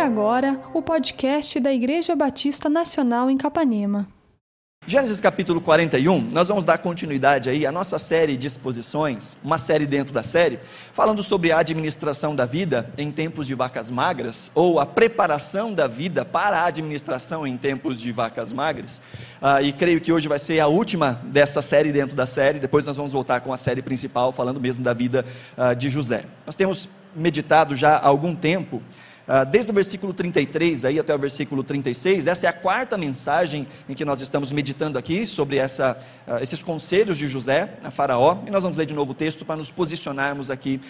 agora o podcast da Igreja Batista Nacional em Capanema. Gênesis capítulo 41, nós vamos dar continuidade aí à nossa série de exposições, uma série dentro da série, falando sobre a administração da vida em tempos de vacas magras, ou a preparação da vida para a administração em tempos de vacas magras, e creio que hoje vai ser a última dessa série dentro da série. Depois nós vamos voltar com a série principal, falando mesmo da vida de José. Nós temos meditado já há algum tempo, desde o versículo 33 aí até o versículo 36, essa é a quarta mensagem em que nós estamos meditando aqui sobre esses conselhos de José a Faraó, e nós vamos ler de novo o texto para nos posicionarmos aqui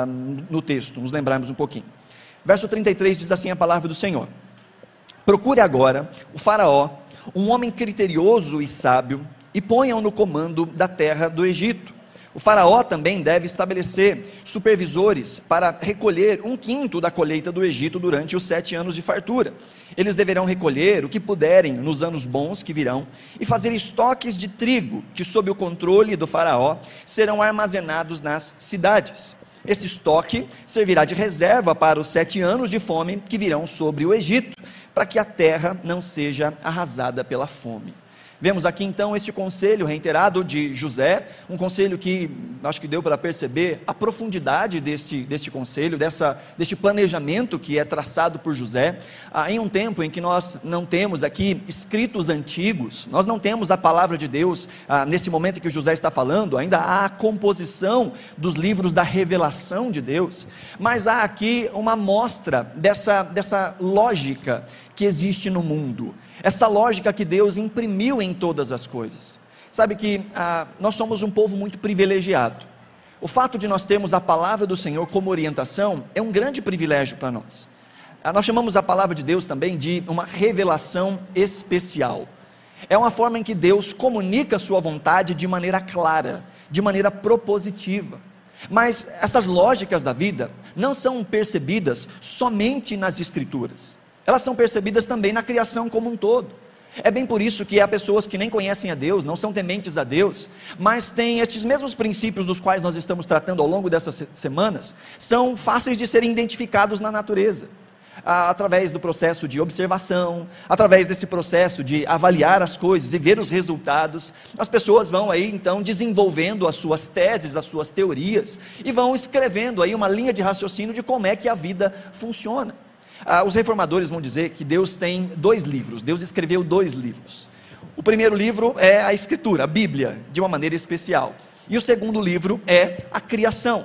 no texto, nos lembrarmos um pouquinho. Verso 33 diz assim a palavra do Senhor: procure agora o Faraó, um homem criterioso e sábio, e ponham no comando da terra do Egito. O faraó também deve estabelecer supervisores para recolher 1/5 da colheita do Egito durante os 7 anos de fartura. Eles deverão recolher o que puderem nos anos bons que virão e fazer estoques de trigo que, sob o controle do faraó, serão armazenados nas cidades. Esse estoque servirá de reserva para os 7 anos de fome que virão sobre o Egito, para que a terra não seja arrasada pela fome. Vemos aqui então este conselho reiterado de José, um conselho que acho que deu para perceber a profundidade deste conselho, deste planejamento que é traçado por José, em um tempo em que nós não temos aqui escritos antigos, nós não temos a palavra de Deus, nesse momento em que José está falando, ainda há a composição dos livros da revelação de Deus, mas há aqui uma amostra dessa lógica que existe no mundo, essa lógica que Deus imprimiu em todas as coisas. Sabe que nós somos um povo muito privilegiado. O fato de nós termos a palavra do Senhor como orientação é um grande privilégio para nós. Nós chamamos a palavra de Deus também de uma revelação especial. É uma forma em que Deus comunica a sua vontade de maneira clara, de maneira propositiva. Mas essas lógicas da vida não são percebidas somente nas Escrituras. Elas são percebidas também na criação como um todo. É bem por isso que há pessoas que nem conhecem a Deus, não são tementes a Deus, mas têm estes mesmos princípios dos quais nós estamos tratando ao longo dessas semanas, são fáceis de serem identificados na natureza, através do processo de observação, através desse processo de avaliar as coisas e ver os resultados. As pessoas vão aí então desenvolvendo as suas teses, as suas teorias, e vão escrevendo aí uma linha de raciocínio de como é que a vida funciona. Os reformadores vão dizer que Deus tem 2 livros, Deus escreveu 2 livros. O primeiro livro é a Escritura, a Bíblia, de uma maneira especial. E o segundo livro é a criação.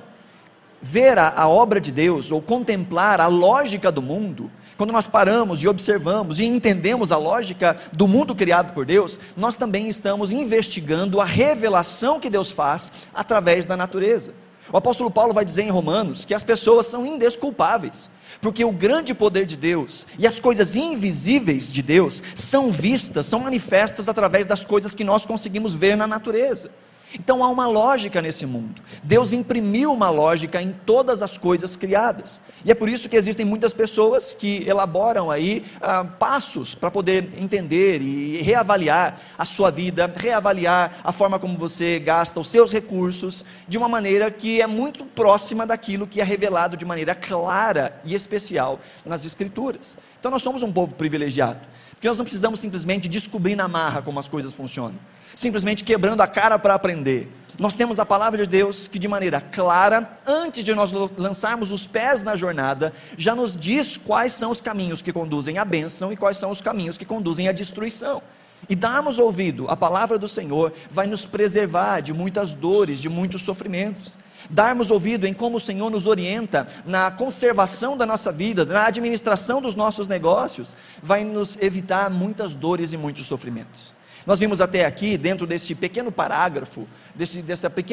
Ver a obra de Deus, ou contemplar a lógica do mundo, quando nós paramos e observamos e entendemos a lógica do mundo criado por Deus, nós também estamos investigando a revelação que Deus faz através da natureza. O apóstolo Paulo vai dizer em Romanos que as pessoas são indesculpáveis, porque o grande poder de Deus e as coisas invisíveis de Deus são vistas, são manifestas através das coisas que nós conseguimos ver na natureza. Então há uma lógica nesse mundo. Deus imprimiu uma lógica em todas as coisas criadas, e é por isso que existem muitas pessoas que elaboram aí passos para poder entender e reavaliar a sua vida, reavaliar a forma como você gasta os seus recursos, de uma maneira que é muito próxima daquilo que é revelado de maneira clara e especial nas Escrituras. Então nós somos um povo privilegiado, porque nós não precisamos simplesmente descobrir na marra como as coisas funcionam, simplesmente quebrando a cara para aprender. Nós temos a palavra de Deus que de maneira clara, antes de nós lançarmos os pés na jornada, já nos diz quais são os caminhos que conduzem à bênção e quais são os caminhos que conduzem à destruição. E darmos ouvido à palavra do Senhor vai nos preservar de muitas dores, de muitos sofrimentos. Darmos ouvido em como o Senhor nos orienta na conservação da nossa vida, na administração dos nossos negócios, vai nos evitar muitas dores e muitos sofrimentos. Nós vimos até aqui, dentro deste pequeno parágrafo, desse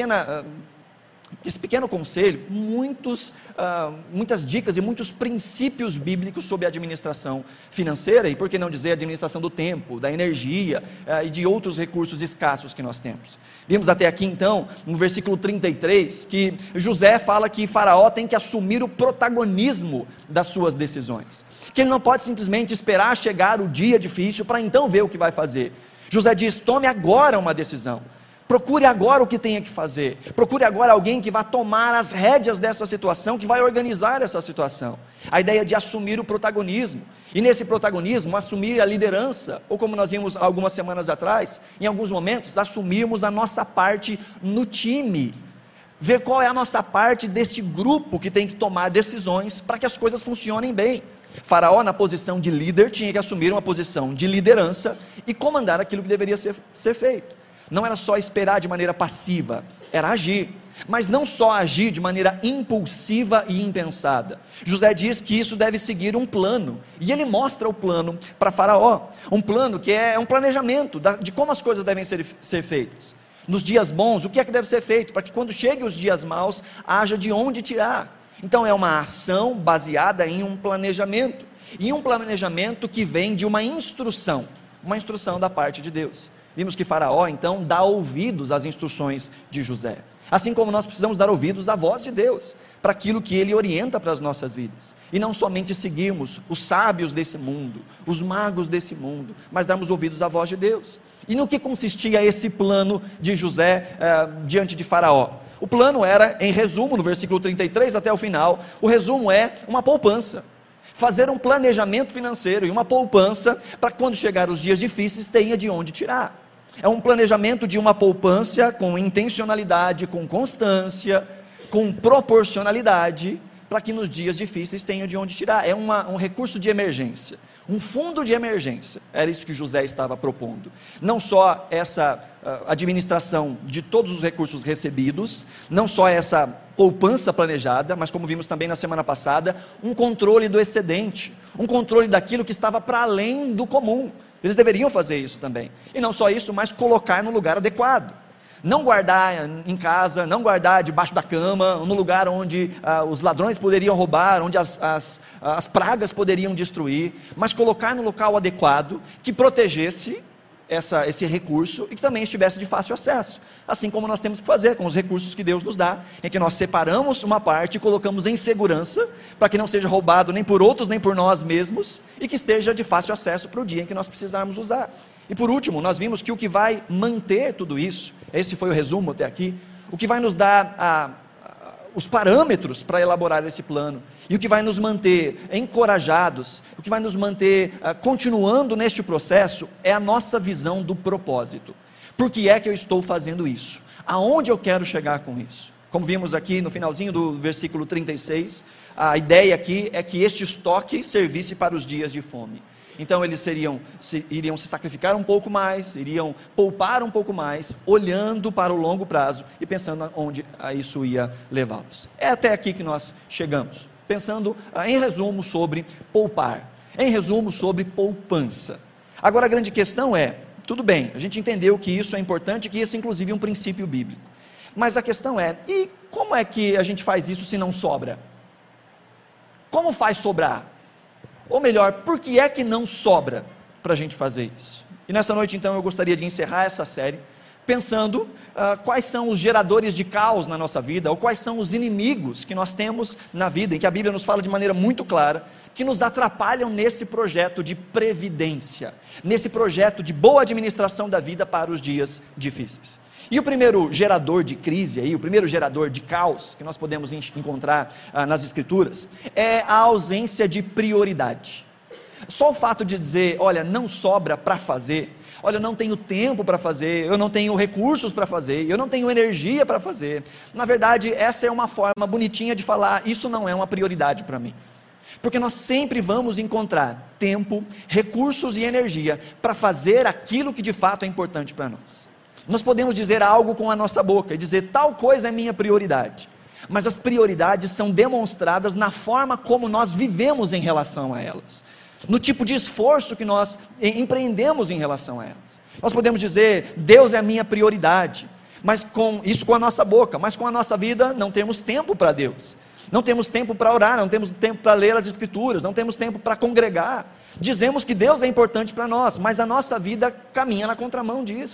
pequeno conselho, muitas dicas e muitos princípios bíblicos sobre a administração financeira, e por que não dizer a administração do tempo, da energia e de outros recursos escassos que nós temos. Vimos até aqui então, no versículo 33, que José fala que Faraó tem que assumir o protagonismo das suas decisões, que ele não pode simplesmente esperar chegar o dia difícil para então ver o que vai fazer. José diz: tome agora uma decisão, Procure agora o que tenha que fazer. Procure agora alguém que vai tomar as rédeas dessa situação, que vai organizar essa situação. A ideia de assumir o protagonismo. E nesse protagonismo, assumir a liderança. Ou como nós vimos algumas semanas atrás, em alguns momentos, assumirmos a nossa parte no time. Ver qual é a nossa parte deste grupo que tem que tomar decisões para que as coisas funcionem bem. Faraó, na posição de líder, tinha que assumir uma posição de liderança e comandar aquilo que deveria ser feito. Não era só esperar de maneira passiva, era agir. Mas não só agir de maneira impulsiva e impensada. José diz que isso deve seguir um plano, e ele mostra o plano para Faraó. Um plano que é um planejamento de como as coisas devem ser feitas. Nos dias bons, o que é que deve ser feito? Para que quando cheguem os dias maus, haja de onde tirar. Então é uma ação baseada em um planejamento. E um planejamento que vem de uma instrução da parte de Deus. Vimos que Faraó então dá ouvidos às instruções de José. Assim como nós precisamos dar ouvidos à voz de Deus, para aquilo que Ele orienta para as nossas vidas. E não somente seguirmos os sábios desse mundo, os magos desse mundo, mas darmos ouvidos à voz de Deus. E no que consistia esse plano de José diante de Faraó? O plano era, em resumo, no versículo 33 até o final, o resumo é uma poupança. Fazer um planejamento financeiro e uma poupança para quando chegar os dias difíceis tenha de onde tirar. É um planejamento de uma poupança com intencionalidade, com constância, com proporcionalidade, para que nos dias difíceis tenha de onde tirar. É um recurso de emergência, um fundo de emergência. Era isso que José estava propondo. Não só essa administração de todos os recursos recebidos, não só essa poupança planejada, mas como vimos também na semana passada, um controle do excedente, um controle daquilo que estava para além do comum. Eles deveriam fazer isso também. E não só isso, mas colocar no lugar adequado. Não guardar em casa, não guardar debaixo da cama, no lugar onde os ladrões poderiam roubar, onde as pragas poderiam destruir, mas colocar no local adequado, que protegesse esse recurso e que também estivesse de fácil acesso. Assim como nós temos que fazer com os recursos que Deus nos dá, em que nós separamos uma parte e colocamos em segurança, para que não seja roubado nem por outros, nem por nós mesmos, e que esteja de fácil acesso para o dia em que nós precisarmos usar. E por último, nós vimos que o que vai manter tudo isso, esse foi o resumo até aqui, o que vai nos dar os parâmetros para elaborar esse plano, e o que vai nos manter encorajados, o que vai nos manter continuando neste processo, é a nossa visão do propósito. Por que é que eu estou fazendo isso? Aonde eu quero chegar com isso? Como vimos aqui no finalzinho do versículo 36, a ideia aqui é que este estoque servisse para os dias de fome. Então eles iriam se sacrificar um pouco mais, iriam poupar um pouco mais, olhando para o longo prazo e pensando onde isso ia levá-los. É até aqui que nós chegamos, pensando em resumo sobre poupar, em resumo sobre poupança. Agora a grande questão é, tudo bem, a gente entendeu que isso é importante, que isso inclusive é um princípio bíblico, mas a questão é, e como é que a gente faz isso se não sobra? Como faz sobrar? Ou melhor, por que é que não sobra para a gente fazer isso? E nessa noite então eu gostaria de encerrar essa série pensando quais são os geradores de caos na nossa vida, ou quais são os inimigos que nós temos na vida, em que a Bíblia nos fala de maneira muito clara, que nos atrapalham nesse projeto de previdência, nesse projeto de boa administração da vida para os dias difíceis. E o primeiro gerador de crise, aí, o primeiro gerador de caos que nós podemos encontrar nas Escrituras, é a ausência de prioridade. Só o fato de dizer, olha, não sobra para fazer, olha, eu não tenho tempo para fazer, eu não tenho recursos para fazer, eu não tenho energia para fazer. Na verdade, essa é uma forma bonitinha de falar, isso não é uma prioridade para mim. Porque nós sempre vamos encontrar tempo, recursos e energia para fazer aquilo que de fato é importante para nós. Nós podemos dizer algo com a nossa boca e dizer tal coisa é minha prioridade, mas as prioridades são demonstradas na forma como nós vivemos em relação a elas, no tipo de esforço que nós empreendemos em relação a elas. Nós podemos dizer Deus é a minha prioridade, mas com a nossa boca, mas com a nossa vida não temos tempo para Deus, não temos tempo para orar, não temos tempo para ler as Escrituras, não temos tempo para congregar. Dizemos que Deus é importante para nós, mas a nossa vida caminha na contramão disso.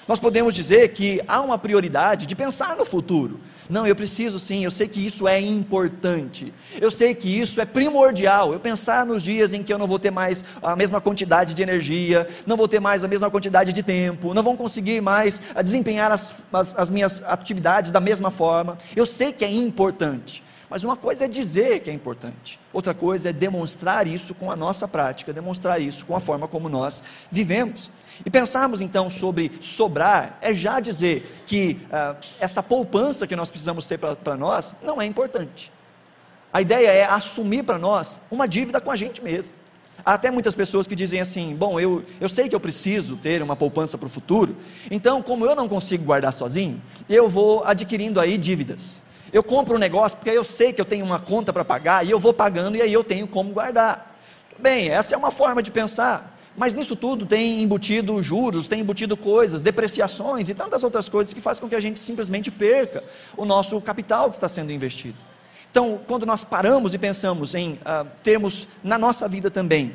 Nós podemos dizer que há uma prioridade de pensar no futuro. Não, eu preciso sim, eu sei que isso é importante, eu sei que isso é primordial, eu pensar nos dias em que eu não vou ter mais a mesma quantidade de energia, não vou ter mais a mesma quantidade de tempo, não vou conseguir mais desempenhar as minhas atividades da mesma forma. Eu sei que é importante, mas uma coisa é dizer que é importante, outra coisa é demonstrar isso com a nossa prática, demonstrar isso com a forma como nós vivemos. E pensarmos então sobre sobrar, é já dizer que essa poupança que nós precisamos ter para nós, não é importante. A ideia é assumir para nós uma dívida com a gente mesmo. Há até muitas pessoas que dizem assim, bom, eu sei que eu preciso ter uma poupança para o futuro, então como eu não consigo guardar sozinho, eu vou adquirindo aí dívidas. Eu compro um negócio porque eu sei que eu tenho uma conta para pagar, e eu vou pagando, e aí eu tenho como guardar. Bem, essa é uma forma de pensar. Mas nisso tudo tem embutido juros, tem embutido coisas, depreciações e tantas outras coisas que fazem com que a gente simplesmente perca o nosso capital que está sendo investido. Então, quando nós paramos e pensamos em termos na nossa vida também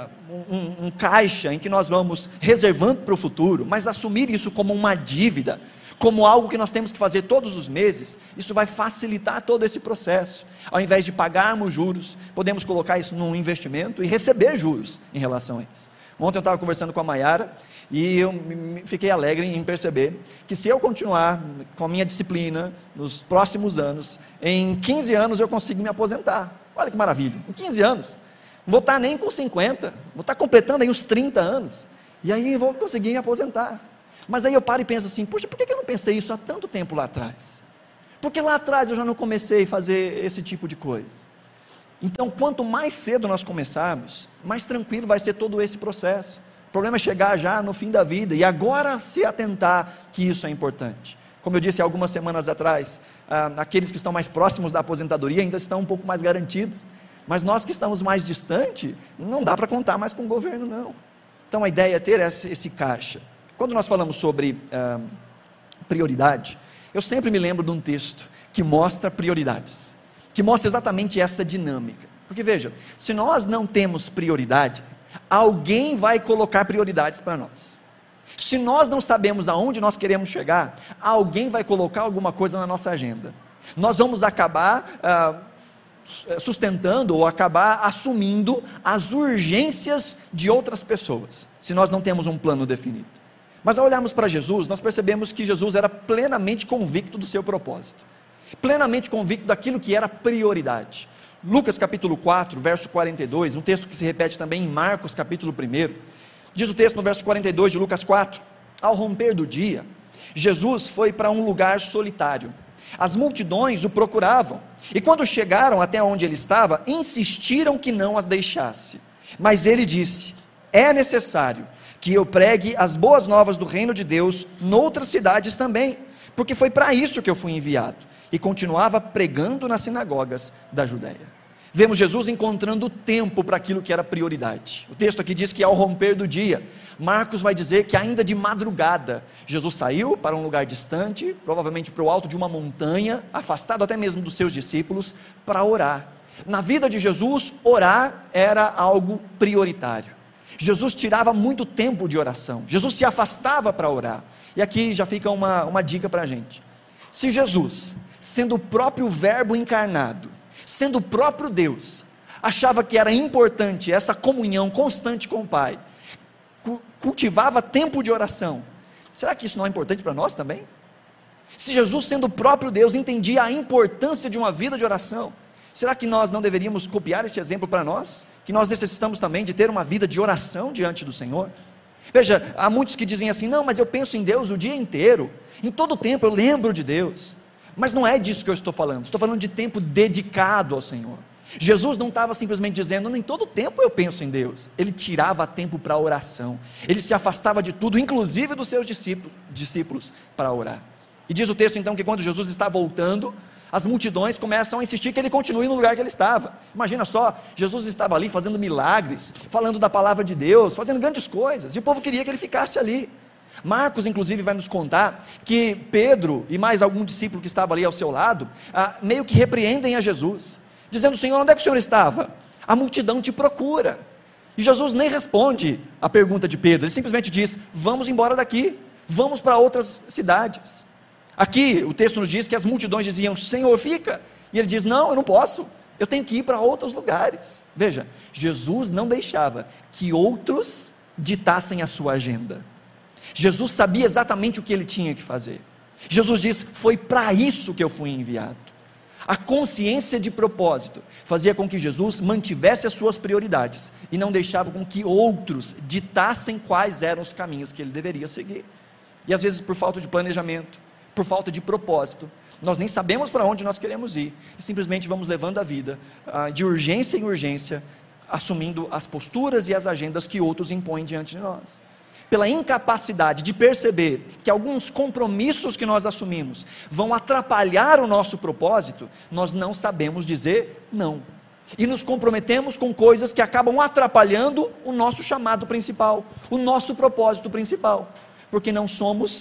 um caixa em que nós vamos reservando para o futuro, mas assumir isso como uma dívida, como algo que nós temos que fazer todos os meses, isso vai facilitar todo esse processo. Ao invés de pagarmos juros, podemos colocar isso num investimento e receber juros em relação a isso. Ontem eu estava conversando com a Maiara e eu fiquei alegre em perceber que se eu continuar com a minha disciplina nos próximos anos, em 15 anos eu consigo me aposentar. Olha que maravilha, em 15 anos, não vou estar nem com 50, vou estar completando aí os 30 anos, e aí vou conseguir me aposentar. Mas aí eu paro e penso assim, poxa, por que eu não pensei isso há tanto tempo lá atrás? Porque lá atrás eu já não comecei a fazer esse tipo de coisa? Então, quanto mais cedo nós começarmos, mais tranquilo vai ser todo esse processo. O problema é chegar já no fim da vida, e agora se atentar que isso é importante. Como eu disse algumas semanas atrás, aqueles que estão mais próximos da aposentadoria ainda estão um pouco mais garantidos, mas nós que estamos mais distante, não dá para contar mais com o governo não. Então a ideia é ter esse caixa. Quando nós falamos sobre prioridade, eu sempre me lembro de um texto que mostra prioridades, que mostra exatamente essa dinâmica, porque veja, se nós não temos prioridade, alguém vai colocar prioridades para nós. Se nós não sabemos aonde nós queremos chegar, alguém vai colocar alguma coisa na nossa agenda. Nós vamos acabar sustentando ou acabar assumindo as urgências de outras pessoas, se nós não temos um plano definido. Mas ao olharmos para Jesus, nós percebemos que Jesus era plenamente convicto do seu propósito, plenamente convicto daquilo que era prioridade. Lucas capítulo 4, verso 42, um texto que se repete também em Marcos capítulo 1, diz o texto no verso 42 de Lucas 4, ao romper do dia, Jesus foi para um lugar solitário, as multidões o procuravam, e quando chegaram até onde ele estava, insistiram que não as deixasse, mas ele disse, é necessário que eu pregue as boas novas do reino de Deus noutras cidades também, porque foi para isso que eu fui enviado, e continuava pregando nas sinagogas da Judéia. Vemos Jesus encontrando tempo para aquilo que era prioridade. O texto aqui diz que ao romper do dia, Marcos vai dizer que ainda de madrugada, Jesus saiu para um lugar distante, provavelmente para o alto de uma montanha, afastado até mesmo dos seus discípulos, para orar. Na vida de Jesus, orar era algo prioritário. Jesus tirava muito tempo de oração, Jesus se afastava para orar. E aqui já fica uma dica para a gente. Se Jesus, sendo o próprio verbo encarnado, sendo o próprio Deus, achava que era importante essa comunhão constante com o Pai, cultivava tempo de oração, será que isso não é importante para nós também? Se Jesus, sendo o próprio Deus, entendia a importância de uma vida de oração, será que nós não deveríamos copiar esse exemplo para nós? Que nós necessitamos também de ter uma vida de oração diante do Senhor? Veja, há muitos que dizem assim, não, mas eu penso em Deus o dia inteiro, em todo tempo eu lembro de Deus. Mas não é disso que eu estou falando de tempo dedicado ao Senhor. Jesus não estava simplesmente dizendo, em todo tempo eu penso em Deus. Ele tirava tempo para a oração, ele se afastava de tudo, inclusive dos seus discípulos, para orar. E diz o texto então que quando Jesus está voltando, as multidões começam a insistir que ele continue no lugar que ele estava. Imagina só, Jesus estava ali fazendo milagres, falando da palavra de Deus, fazendo grandes coisas, e o povo queria que ele ficasse ali. Marcos inclusive vai nos contar que Pedro e mais algum discípulo que estava ali ao seu lado, meio que repreendem a Jesus, dizendo, Senhor, onde é que o Senhor estava? A multidão te procura. E Jesus nem responde a pergunta de Pedro, ele simplesmente diz, vamos embora daqui, Vamos para outras cidades. Aqui o texto nos diz que as multidões diziam: Senhor, fica. E ele diz: não, eu não posso, eu tenho que ir para outros lugares. Veja, Jesus não deixava que outros ditassem a sua agenda. Jesus sabia exatamente o que ele tinha que fazer. Jesus diz: foi para isso que eu fui enviado. A consciência de propósito fazia com que Jesus mantivesse as suas prioridades e não deixava com que outros ditassem quais eram os caminhos que ele deveria seguir. E às vezes, por falta de planejamento, por falta de propósito, nós nem sabemos para onde nós queremos ir e simplesmente vamos levando a vida de urgência em urgência, assumindo as posturas e as agendas que outros impõem diante de nós. Pela incapacidade de perceber que alguns compromissos que nós assumimos vão atrapalhar o nosso propósito, nós não sabemos dizer não, e nos comprometemos com coisas que acabam atrapalhando o nosso chamado principal, o nosso propósito principal, porque nós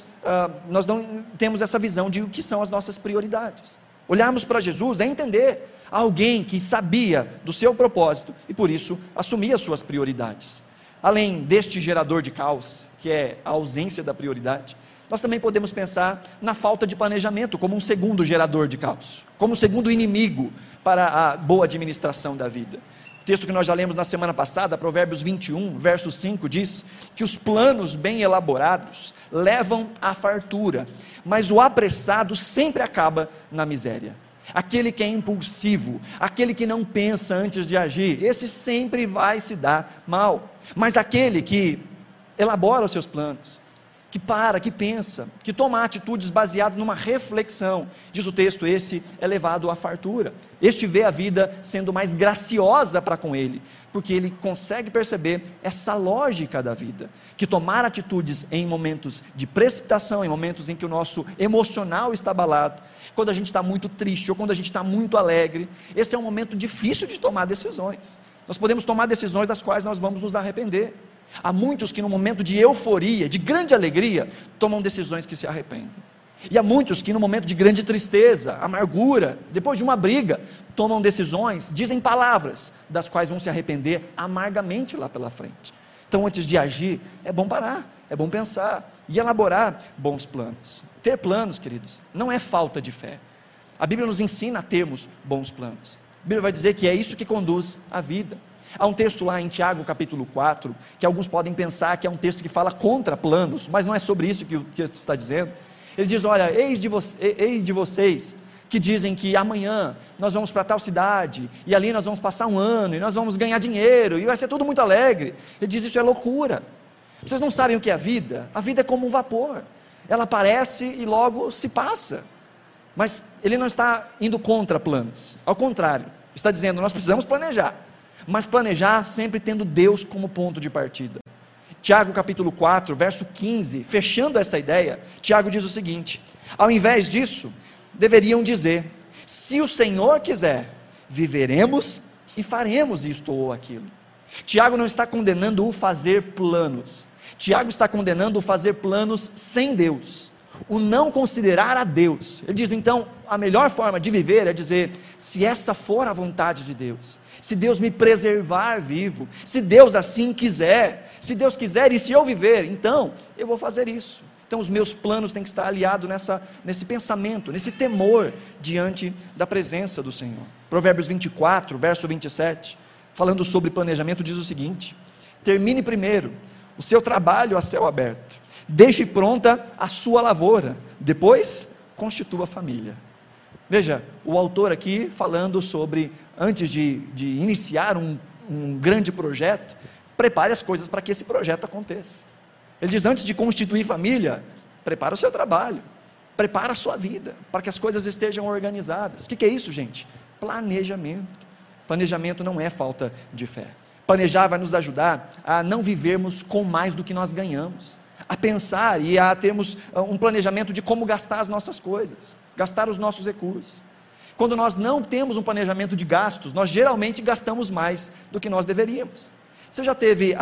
não temos essa visão de o que são as nossas prioridades. Olharmos para Jesus é entender alguém que sabia do seu propósito e por isso assumia as suas prioridades. Além deste gerador de caos, que é a ausência da prioridade, nós também podemos pensar na falta de planejamento como um segundo gerador de caos, como um segundo inimigo para a boa administração da vida. O texto que nós já lemos na semana passada, Provérbios 21, verso 5, diz que os planos bem elaborados levam à fartura, mas o apressado sempre acaba na miséria. Aquele que é impulsivo, aquele que não pensa antes de agir, esse sempre vai se dar mal. Mas aquele que elabora os seus planos, que para, que pensa, que toma atitudes baseadas numa reflexão, diz o texto, esse é levado à fartura. Este vê a vida sendo mais graciosa para com ele, porque ele consegue perceber essa lógica da vida, que tomar atitudes em momentos de precipitação, em momentos em que o nosso emocional está abalado, quando a gente está muito triste ou quando a gente está muito alegre, esse é um momento difícil de tomar decisões. Nós podemos tomar decisões das quais nós vamos nos arrepender. Há muitos que no momento de euforia, de grande alegria, tomam decisões que se arrependem. E há muitos que no momento de grande tristeza, amargura, depois de uma briga, tomam decisões, dizem palavras, das quais vão se arrepender amargamente lá pela frente. Então, antes de agir, é bom parar, é bom pensar e elaborar bons planos. Ter planos, queridos, não é falta de fé. A Bíblia nos ensina a termos bons planos. A Bíblia vai dizer que é isso que conduz a vida. Há um texto lá em Tiago capítulo 4, que alguns podem pensar que é um texto que fala contra planos, mas não é sobre isso que o texto está dizendo. Ele diz: olha, eis de vocês que dizem que amanhã nós vamos para tal cidade, e ali nós vamos passar um ano, e nós vamos ganhar dinheiro, e vai ser tudo muito alegre. Ele diz: isso é loucura. Vocês não sabem o que é a vida? A vida é como um vapor, ela aparece e logo se passa. Mas ele não está indo contra planos, ao contrário, está dizendo: nós precisamos planejar, mas planejar sempre tendo Deus como ponto de partida. Tiago capítulo 4, verso 15, fechando essa ideia, Tiago diz o seguinte: ao invés disso, deveriam dizer: se o Senhor quiser, viveremos e faremos isto ou aquilo. Tiago não está condenando o fazer planos, Tiago está condenando o fazer planos sem Deus, o não considerar a Deus. Ele diz então, a melhor forma de viver é dizer: se essa for a vontade de Deus, se Deus me preservar vivo, se Deus assim quiser, se Deus quiser e se eu viver, então eu vou fazer isso. Então os meus planos têm que estar aliados nesse pensamento, nesse temor diante da presença do Senhor. Provérbios 24, verso 27, falando sobre planejamento, diz o seguinte: termine primeiro o seu trabalho a céu aberto, deixe pronta a sua lavoura, depois constitua a família. Veja, o autor aqui falando sobre, antes de iniciar um grande projeto, prepare as coisas para que esse projeto aconteça. Ele diz: antes de constituir família, prepara o seu trabalho, prepara a sua vida, para que as coisas estejam organizadas. O que é isso, gente? Planejamento. Planejamento não é falta de fé. Planejar vai nos ajudar a não vivermos com mais do que nós ganhamos, a pensar e a termos um planejamento de como gastar as nossas coisas, gastar os nossos recursos. Quando nós não temos um planejamento de gastos, nós geralmente gastamos mais do que nós deveríamos. Você já teve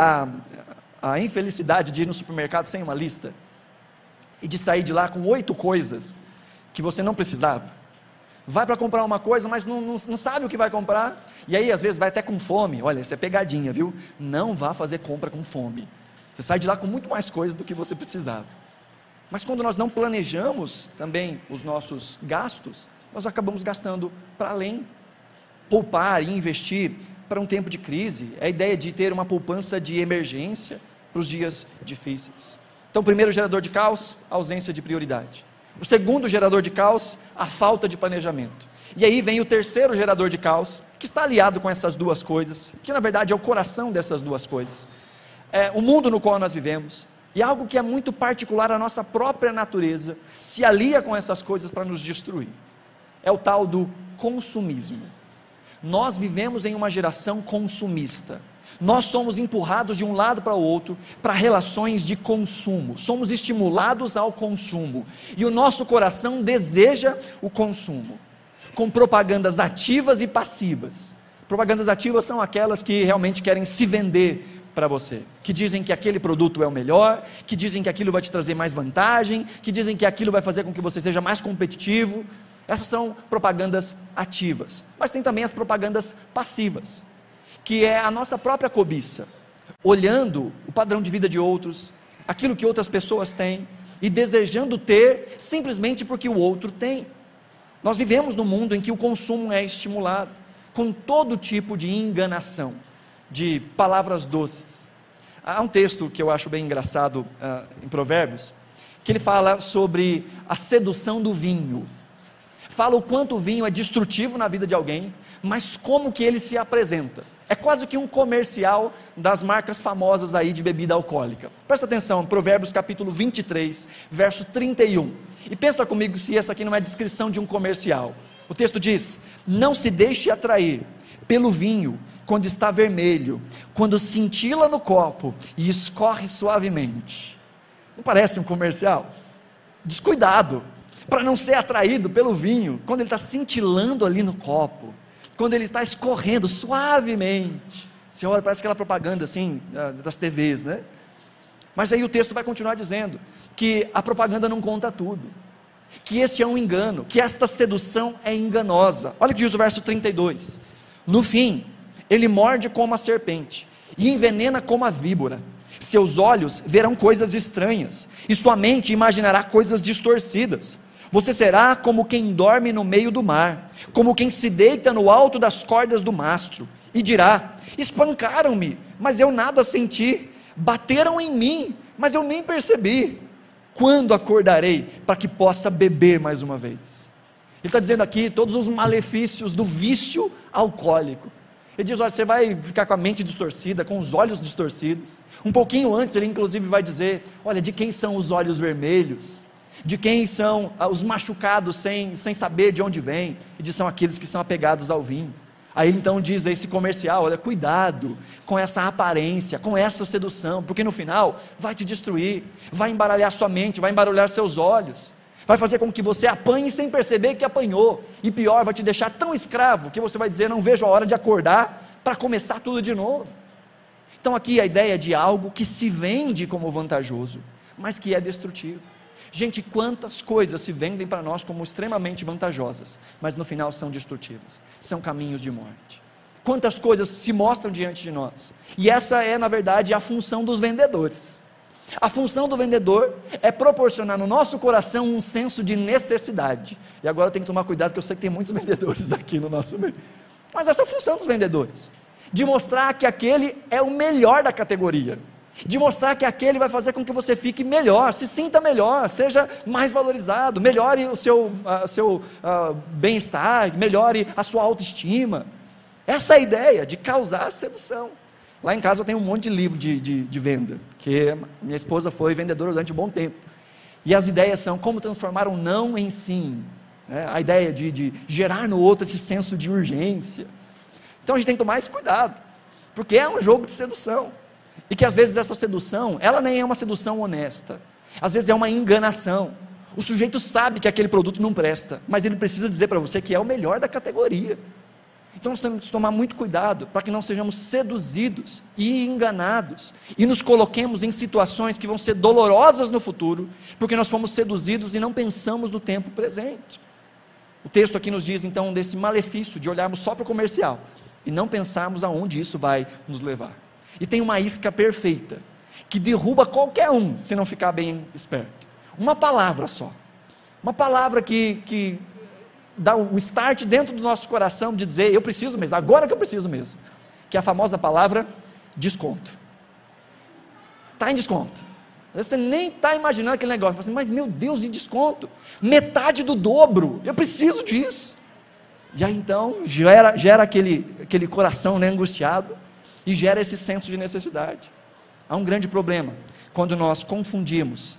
a infelicidade de ir no supermercado sem uma lista e de sair de lá com 8 coisas que você não precisava? Vai para comprar uma coisa, mas não sabe o que vai comprar, e aí às vezes vai até com fome. Olha, isso é pegadinha, viu? Não vá fazer compra com fome. Você sai de lá com muito mais coisas do que você precisava. Mas quando nós não planejamos também os nossos gastos, nós acabamos gastando para além. Poupar e investir para um tempo de crise é a ideia de ter uma poupança de emergência para os dias difíceis. Então, o primeiro gerador de caos, a ausência de prioridade. O segundo gerador de caos, a falta de planejamento. E aí vem o terceiro gerador de caos, que está aliado com essas duas coisas, que na verdade é o coração dessas duas coisas. É o mundo no qual nós vivemos, e algo que é muito particular à nossa própria natureza, se alia com essas coisas para nos destruir. É o tal do consumismo. Nós vivemos em uma geração consumista. Nós somos empurrados de um lado para o outro, para relações de consumo, somos estimulados ao consumo, e o nosso coração deseja o consumo, com propagandas ativas e passivas. Propagandas ativas são aquelas que realmente querem se vender para você, que dizem que aquele produto é o melhor, que dizem que aquilo vai te trazer mais vantagem, que dizem que aquilo vai fazer com que você seja mais competitivo. Essas são propagandas ativas, mas tem também as propagandas passivas, que é a nossa própria cobiça, olhando o padrão de vida de outros, aquilo que outras pessoas têm, e desejando ter, simplesmente porque o outro tem. Nós vivemos num mundo em que o consumo é estimulado, com todo tipo de enganação, de palavras doces. Há um texto que eu acho bem engraçado em Provérbios, que ele fala sobre a sedução do vinho, fala o quanto o vinho é destrutivo na vida de alguém, mas como que ele se apresenta. É quase que um comercial das marcas famosas aí de bebida alcoólica. Presta atenção, Provérbios capítulo 23, verso 31. E pensa comigo se essa aqui não é a descrição de um comercial. O texto diz: não se deixe atrair pelo vinho quando está vermelho, quando cintila no copo e escorre suavemente. Não parece um comercial? Descuidado, para não ser atraído pelo vinho, quando ele está cintilando ali no copo, quando ele está escorrendo suavemente. Você olha, parece aquela propaganda assim, das TVs, né? Mas aí o texto vai continuar dizendo, que a propaganda não conta tudo, que este é um engano, que esta sedução é enganosa. Olha o que diz o verso 32, no fim, ele morde como a serpente, e envenena como a víbora, seus olhos verão coisas estranhas, e sua mente imaginará coisas distorcidas. Você será como quem dorme no meio do mar, como quem se deita no alto das cordas do mastro, e dirá: espancaram-me, mas eu nada senti, bateram em mim, mas eu nem percebi. Quando acordarei para que possa beber mais uma vez? Ele está dizendo aqui todos os malefícios do vício alcoólico. Ele diz: olha, você vai ficar com a mente distorcida, com os olhos distorcidos. Um pouquinho antes ele inclusive vai dizer: olha, de quem são os olhos vermelhos? De quem são os machucados sem saber de onde vem? E são aqueles que são apegados ao vinho. Aí então diz esse comercial: olha, cuidado com essa aparência, com essa sedução, porque no final vai te destruir, vai embaralhar sua mente, vai embaralhar seus olhos, vai fazer com que você apanhe sem perceber que apanhou, e pior, vai te deixar tão escravo, que você vai dizer: não vejo a hora de acordar, para começar tudo de novo. Então aqui a ideia de algo que se vende como vantajoso, mas que é destrutivo. Gente, quantas coisas se vendem para nós como extremamente vantajosas, mas no final são destrutivas, são caminhos de morte. Quantas coisas se mostram diante de nós, e essa é na verdade a função dos vendedores. A função do vendedor é proporcionar no nosso coração um senso de necessidade. E agora eu tenho que tomar cuidado, porque eu sei que tem muitos vendedores aqui no nosso meio, mas essa é a função dos vendedores, de mostrar que aquele é o melhor da categoria, de mostrar que aquele vai fazer com que você fique melhor, se sinta melhor, seja mais valorizado, melhore o seu bem-estar, melhore a sua autoestima. Essa é a ideia de causar sedução. Lá em casa eu tenho um monte de livro de venda, que minha esposa foi vendedora durante um bom tempo, e as ideias são como transformar um não em sim, né? A ideia de gerar no outro esse senso de urgência. Então a gente tem que tomar esse cuidado, porque é um jogo de sedução, e que às vezes essa sedução, ela nem é uma sedução honesta, às vezes é uma enganação. O sujeito sabe que aquele produto não presta, mas ele precisa dizer para você que é o melhor da categoria. Então nós temos que tomar muito cuidado, para que não sejamos seduzidos e enganados, e nos coloquemos em situações que vão ser dolorosas no futuro, porque nós fomos seduzidos e não pensamos no tempo presente. O texto aqui nos diz então desse malefício de olharmos só para o comercial, e não pensarmos aonde isso vai nos levar. E tem uma isca perfeita, que derruba qualquer um, se não ficar bem esperto. uma palavra só, uma palavra que dá um start dentro do nosso coração de dizer, eu preciso mesmo, agora que eu preciso mesmo, que é a famosa palavra desconto. Está em desconto, você nem está imaginando aquele negócio, assim, mas meu Deus, e desconto? Metade do dobro, eu preciso disso. E aí então gera aquele coração, né, angustiado, e gera esse senso de necessidade. Há um grande problema quando nós confundimos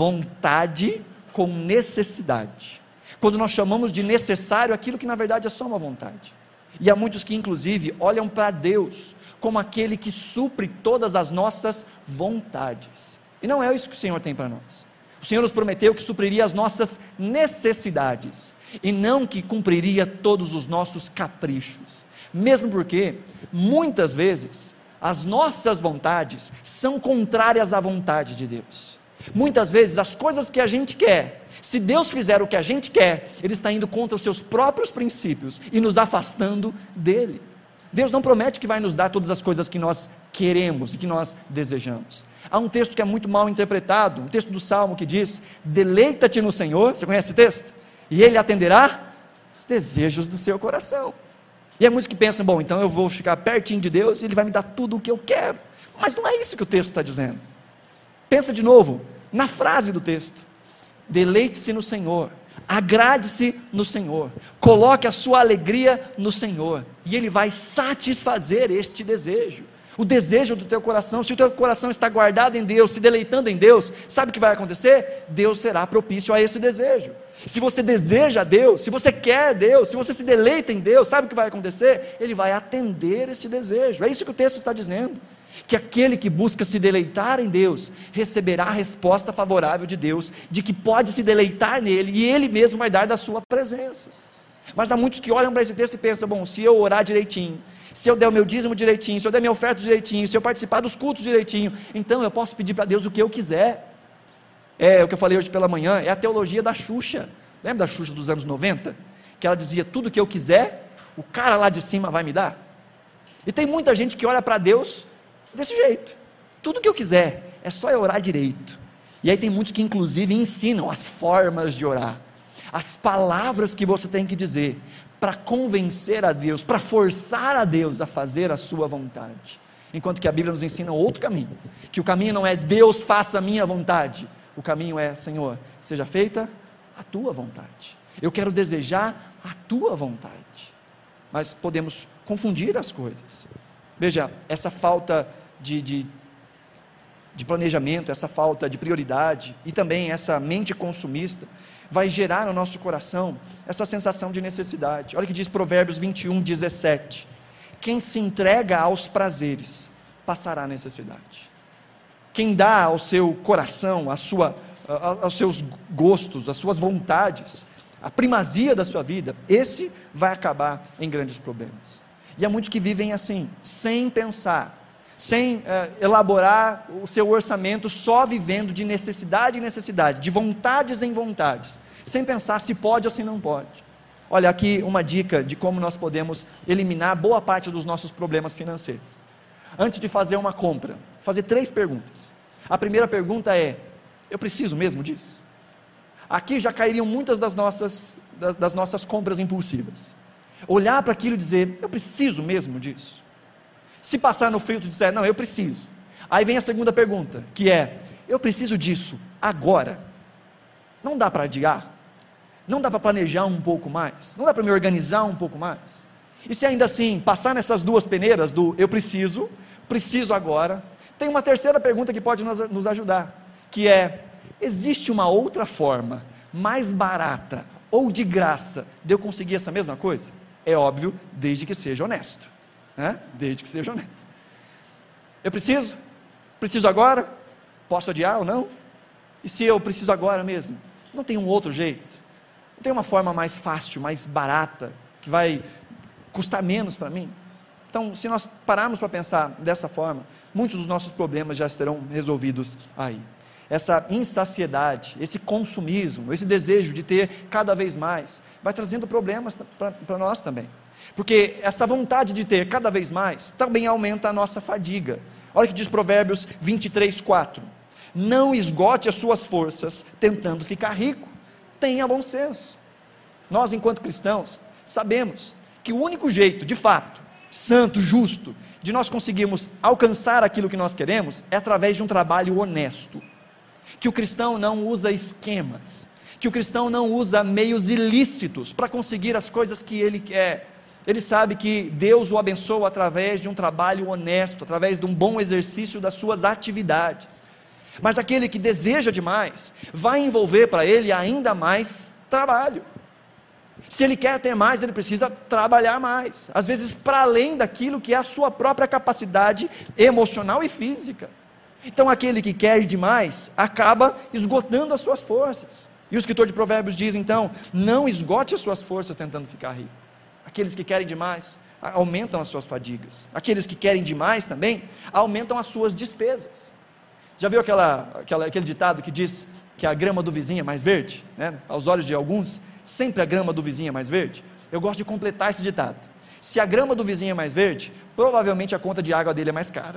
vontade com necessidade, quando nós chamamos de necessário aquilo que na verdade é só uma vontade. E há muitos que inclusive olham para Deus como aquele que supre todas as nossas vontades, e não é isso que o Senhor tem para nós. O Senhor nos prometeu que supriria as nossas necessidades, e não que cumpriria todos os nossos caprichos, mesmo porque, muitas vezes, as nossas vontades são contrárias à vontade de Deus. Muitas vezes, as coisas que a gente quer, se Deus fizer o que a gente quer, Ele está indo contra os seus próprios princípios, e nos afastando dEle. Deus não promete que vai nos dar todas as coisas que nós queremos, e que nós desejamos. Há um texto que é muito mal interpretado, um texto do Salmo que diz, deleita-te no Senhor, você conhece esse texto? E Ele atenderá os desejos do seu coração. E há muitos que pensam, bom, então eu vou ficar pertinho de Deus, e Ele vai me dar tudo o que eu quero, mas não é isso que o texto está dizendo. Pensa de novo, na frase do texto, deleite-se no Senhor, agrade-se no Senhor, coloque a sua alegria no Senhor, e Ele vai satisfazer este desejo, o desejo do teu coração. Se o teu coração está guardado em Deus, se deleitando em Deus, sabe o que vai acontecer? Deus será propício a esse desejo. Se você deseja Deus, se você quer Deus, se você se deleita em Deus, sabe o que vai acontecer? Ele vai atender este desejo. É isso que o texto está dizendo, que aquele que busca se deleitar em Deus, receberá a resposta favorável de Deus, de que pode se deleitar nele, e Ele mesmo vai dar da sua presença. Mas há muitos que olham para esse texto e pensam, bom, se eu orar direitinho, se eu der o meu dízimo direitinho, se eu der minha oferta direitinho, se eu participar dos cultos direitinho, então eu posso pedir para Deus o que eu quiser. É o que eu falei hoje pela manhã, é a teologia da Xuxa. Lembra da Xuxa dos anos 90? Que ela dizia, tudo que eu quiser, o cara lá de cima vai me dar. E tem muita gente que olha para Deus desse jeito, tudo que eu quiser, é só eu orar direito. E aí tem muitos que inclusive ensinam as formas de orar, as palavras que você tem que dizer, para convencer a Deus, para forçar a Deus a fazer a sua vontade, enquanto que a Bíblia nos ensina outro caminho, que o caminho não é Deus faça a minha vontade, o caminho é, Senhor, seja feita a tua vontade, eu quero desejar a tua vontade. Mas podemos confundir as coisas. Veja, essa falta de planejamento, essa falta de prioridade, e também essa mente consumista, vai gerar no nosso coração essa sensação de necessidade. Olha o que diz Provérbios 21:17, quem se entrega aos prazeres, passará necessidade. Quem dá ao seu coração, aos seus gostos, às suas vontades, a primazia da sua vida, esse vai acabar em grandes problemas. E há muitos que vivem assim, sem pensar, sem elaborar o seu orçamento, só vivendo de necessidade em necessidade, de vontades em vontades, sem pensar se pode ou se não pode. Olha aqui uma dica de como nós podemos eliminar boa parte dos nossos problemas financeiros. Antes de fazer uma compra, fazer 3 perguntas. A primeira pergunta é, eu preciso mesmo disso? Aqui já cairiam muitas das nossas compras impulsivas. Olhar para aquilo e dizer, eu preciso mesmo disso? Se passar no filtro e disser, não, eu preciso. Aí vem a segunda pergunta, que é, eu preciso disso agora? Não dá para adiar? Não dá para planejar um pouco mais? Não dá para me organizar um pouco mais? E se ainda assim, passar nessas 2 peneiras do eu preciso agora, tem uma terceira pergunta que pode nos ajudar, que é, existe uma outra forma, mais barata, ou de graça, de eu conseguir essa mesma coisa? É óbvio, desde que seja honesto. Desde que seja honesto. Eu preciso agora, posso adiar ou não? E se eu preciso agora mesmo, não tem um outro jeito, não tem uma forma mais fácil, mais barata, que vai custar menos para mim? Então, se nós pararmos para pensar dessa forma, muitos dos nossos problemas já estarão resolvidos aí. Essa insaciedade, esse consumismo, esse desejo de ter cada vez mais, vai trazendo problemas para nós também. Porque essa vontade de ter cada vez mais, também aumenta a nossa fadiga. Olha o que diz Provérbios 23:4, Não esgote as suas forças tentando ficar rico. Tenha bom senso. Nós, enquanto cristãos, sabemos que o único jeito, de fato, santo, justo, de nós conseguirmos alcançar aquilo que nós queremos, é através de um trabalho honesto. Que o cristão não usa esquemas, que o cristão não usa meios ilícitos para conseguir as coisas que ele quer. Ele sabe que Deus o abençoa através de um trabalho honesto, através de um bom exercício das suas atividades. Mas aquele que deseja demais, vai envolver para ele ainda mais trabalho. Se ele quer ter mais, ele precisa trabalhar mais, às vezes para além daquilo que é a sua própria capacidade emocional e física. Então aquele que quer demais, acaba esgotando as suas forças. E o escritor de Provérbios diz então, não esgote as suas forças tentando ficar rico. Aqueles que querem demais, aumentam as suas fadigas. Aqueles que querem demais também, aumentam as suas despesas. Já viu aquele ditado que diz que a grama do vizinho é mais verde? Né? Aos olhos de alguns, sempre a grama do vizinho é mais verde. Eu gosto de completar esse ditado. Se a grama do vizinho é mais verde, provavelmente a conta de água dele é mais cara.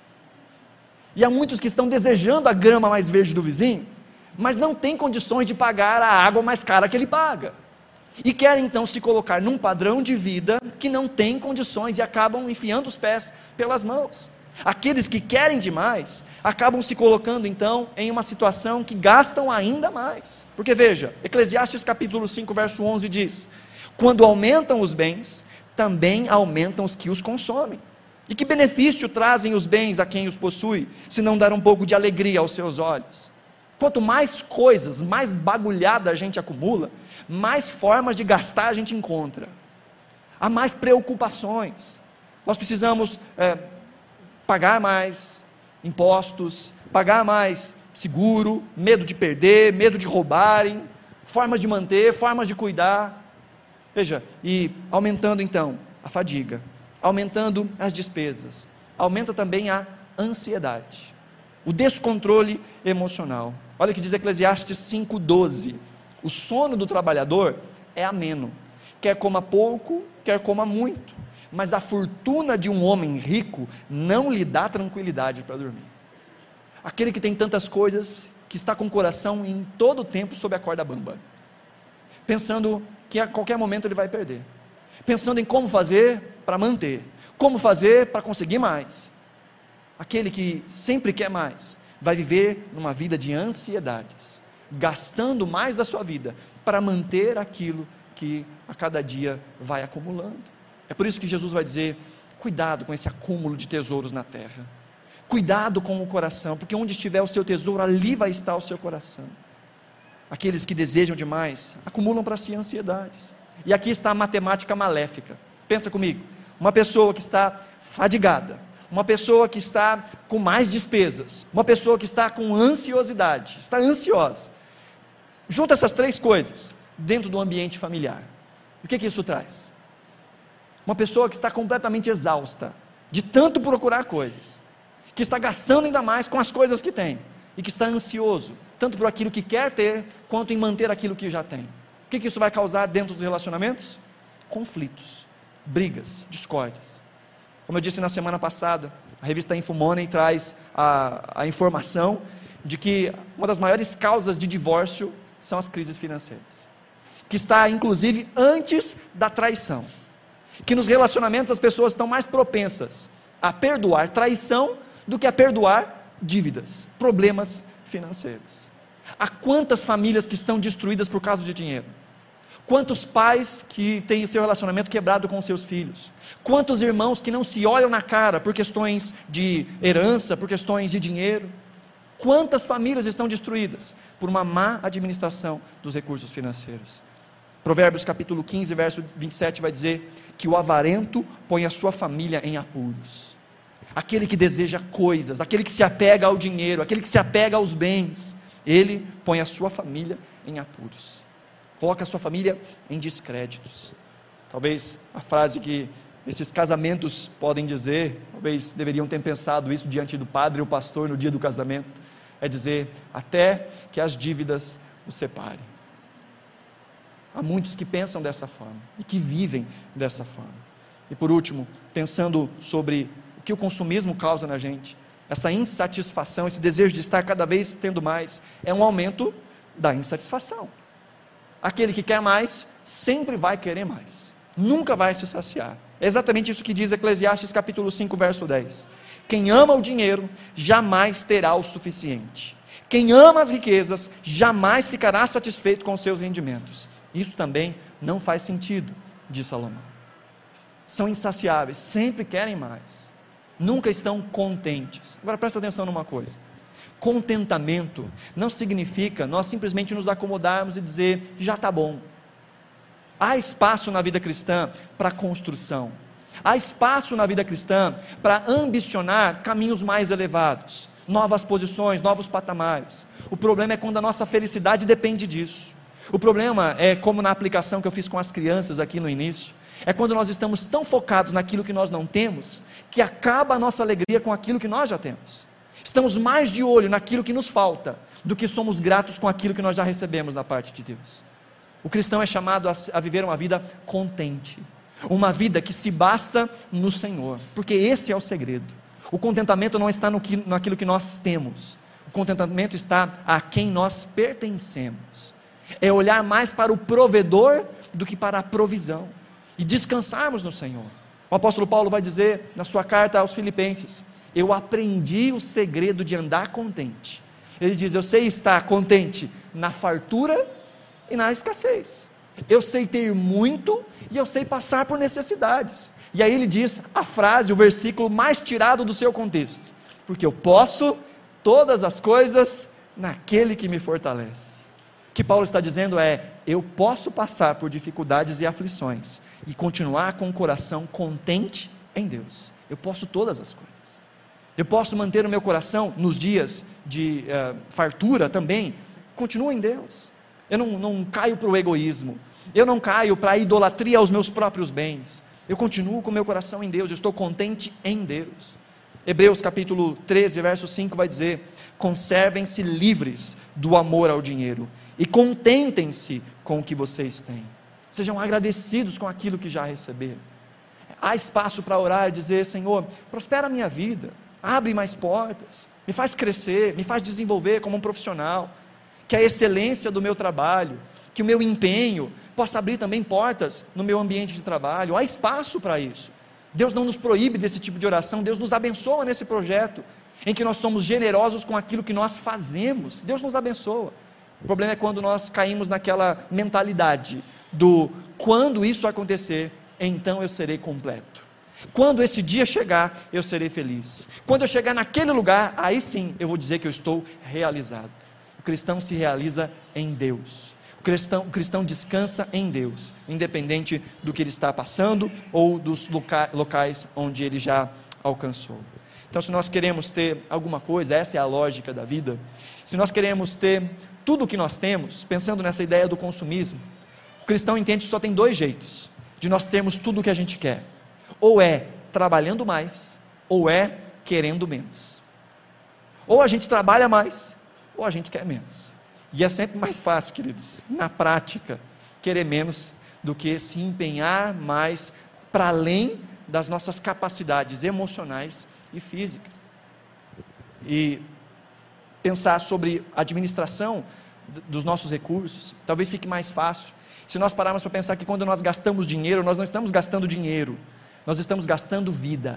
E há muitos que estão desejando a grama mais verde do vizinho, mas não têm condições de pagar a água mais cara que ele paga. E querem então se colocar num padrão de vida que não tem condições e acabam enfiando os pés pelas mãos. Aqueles que querem demais, acabam se colocando então em uma situação que gastam ainda mais. Porque veja, Eclesiastes capítulo 5 verso 11 diz, quando aumentam os bens, também aumentam os que os consomem. E que benefício trazem os bens a quem os possui, se não dar um pouco de alegria aos seus olhos? Quanto mais coisas, mais bagulhada a gente acumula, mais formas de gastar a gente encontra. Há mais preocupações. Nós precisamos pagar mais impostos, pagar mais seguro, medo de perder, medo de roubarem, formas de manter, formas de cuidar. Veja, e aumentando então a fadiga, aumentando as despesas, aumenta também a ansiedade, o descontrole emocional. Olha o que diz Eclesiastes 5,12, o sono do trabalhador é ameno, quer coma pouco, quer coma muito, mas a fortuna de um homem rico não lhe dá tranquilidade para dormir. Aquele que tem tantas coisas, que está com o coração em todo o tempo sob a corda bamba, pensando que a qualquer momento ele vai perder, pensando em como fazer para manter, como fazer para conseguir mais. Aquele que sempre quer mais, vai viver numa vida de ansiedades, gastando mais da sua vida, para manter aquilo que a cada dia vai acumulando. É por isso que Jesus vai dizer, cuidado com esse acúmulo de tesouros na terra, cuidado com o coração, porque onde estiver o seu tesouro, ali vai estar o seu coração. Aqueles que desejam demais, acumulam para si ansiedades, e aqui está a matemática maléfica. Pensa comigo, uma pessoa que está fadigada, uma pessoa que está com mais despesas, uma pessoa que está com ansiosidade, está ansiosa, junta essas três coisas, dentro do ambiente familiar, o que isso traz? Uma pessoa que está completamente exausta, de tanto procurar coisas, que está gastando ainda mais com as coisas que tem, e que está ansioso, tanto por aquilo que quer ter, quanto em manter aquilo que já tem. O que isso vai causar dentro dos relacionamentos? Conflitos, brigas, discórdias. Como eu disse na semana passada, a revista Infomoney traz a informação de que uma das maiores causas de divórcio são as crises financeiras, que está inclusive antes da traição, que nos relacionamentos as pessoas estão mais propensas a perdoar traição do que a perdoar dívidas, problemas financeiros. Há quantas famílias que estão destruídas por causa de dinheiro? Quantos pais que têm o seu relacionamento quebrado com seus filhos? Quantos irmãos que não se olham na cara por questões de herança, por questões de dinheiro? Quantas famílias estão destruídas por uma má administração dos recursos financeiros? Provérbios capítulo 15, verso 27 vai dizer que o avarento põe a sua família em apuros. Aquele que deseja coisas, aquele que se apega ao dinheiro, aquele que se apega aos bens, ele põe a sua família em apuros, coloca a sua família em descréditos. Talvez a frase que esses casamentos podem dizer, talvez deveriam ter pensado isso diante do padre ou pastor no dia do casamento, é dizer, até que as dívidas os separem. Há muitos que pensam dessa forma, e que vivem dessa forma. E por último, pensando sobre o que o consumismo causa na gente, essa insatisfação, esse desejo de estar cada vez tendo mais, é um aumento da insatisfação. Aquele que quer mais, sempre vai querer mais, nunca vai se saciar. É exatamente isso que diz Eclesiastes capítulo 5, verso 10. Quem ama o dinheiro, jamais terá o suficiente. Quem ama as riquezas, jamais ficará satisfeito com os seus rendimentos. Isso também não faz sentido, diz Salomão. São insaciáveis, sempre querem mais, nunca estão contentes. Agora presta atenção numa coisa: contentamento não significa nós simplesmente nos acomodarmos e dizer, já está bom. Há espaço na vida cristã para construção, há espaço na vida cristã para ambicionar caminhos mais elevados, novas posições, novos patamares. O problema é quando a nossa felicidade depende disso. O problema é, como na aplicação que eu fiz com as crianças aqui no início, é quando nós estamos tão focados naquilo que nós não temos, que acaba a nossa alegria com aquilo que nós já temos. Estamos mais de olho naquilo que nos falta, do que somos gratos com aquilo que nós já recebemos da parte de Deus. O cristão é chamado a viver uma vida contente, uma vida que se basta no Senhor, porque esse é o segredo. O contentamento não está naquilo que nós temos, o contentamento está a quem nós pertencemos. É olhar mais para o provedor do que para a provisão, e descansarmos no Senhor. O apóstolo Paulo vai dizer na sua carta aos Filipenses: eu aprendi o segredo de andar contente. Ele diz: eu sei estar contente na fartura e na escassez, eu sei ter muito e eu sei passar por necessidades. E aí ele diz a frase, o versículo mais tirado do seu contexto: porque eu posso todas as coisas naquele que me fortalece. O que Paulo está dizendo é: eu posso passar por dificuldades e aflições e continuar com o coração contente em Deus. Eu posso todas as coisas. Eu posso manter o meu coração nos dias de fartura também, continuo em Deus. Eu não caio para o egoísmo, eu não caio para a idolatria aos meus próprios bens. Eu continuo com o meu coração em Deus, eu estou contente em Deus. Hebreus capítulo 13, verso 5 vai dizer: conservem-se livres do amor ao dinheiro e contentem-se com o que vocês têm. Sejam agradecidos com aquilo que já receberam. Há espaço para orar e dizer: Senhor, prospera a minha vida, abre mais portas, me faz crescer, me faz desenvolver como um profissional, que a excelência do meu trabalho, que o meu empenho possa abrir também portas no meu ambiente de trabalho. Há espaço para isso. Deus não nos proíbe desse tipo de oração, Deus nos abençoa nesse projeto, em que nós somos generosos com aquilo que nós fazemos. Deus nos abençoa. O problema é quando nós caímos naquela mentalidade do quando isso acontecer, então eu serei completo. Quando esse dia chegar, eu serei feliz. Quando eu chegar naquele lugar, aí sim eu vou dizer que eu estou realizado. O cristão se realiza em Deus. O cristão descansa em Deus, independente do que ele está passando ou dos locais onde ele já alcançou. Então, se nós queremos ter alguma coisa, essa é a lógica da vida, se nós queremos ter tudo o que nós temos, pensando nessa ideia do consumismo, o cristão entende que só tem dois jeitos de nós termos tudo o que a gente quer: ou é trabalhando mais, ou é querendo menos. Ou a gente trabalha mais, ou a gente quer menos. E é sempre mais fácil, queridos, na prática, querer menos do que se empenhar mais para além das nossas capacidades emocionais e físicas. E pensar sobre a administração dos nossos recursos, talvez fique mais fácil, se nós pararmos para pensar que quando nós gastamos dinheiro, nós não estamos gastando dinheiro, nós estamos gastando vida.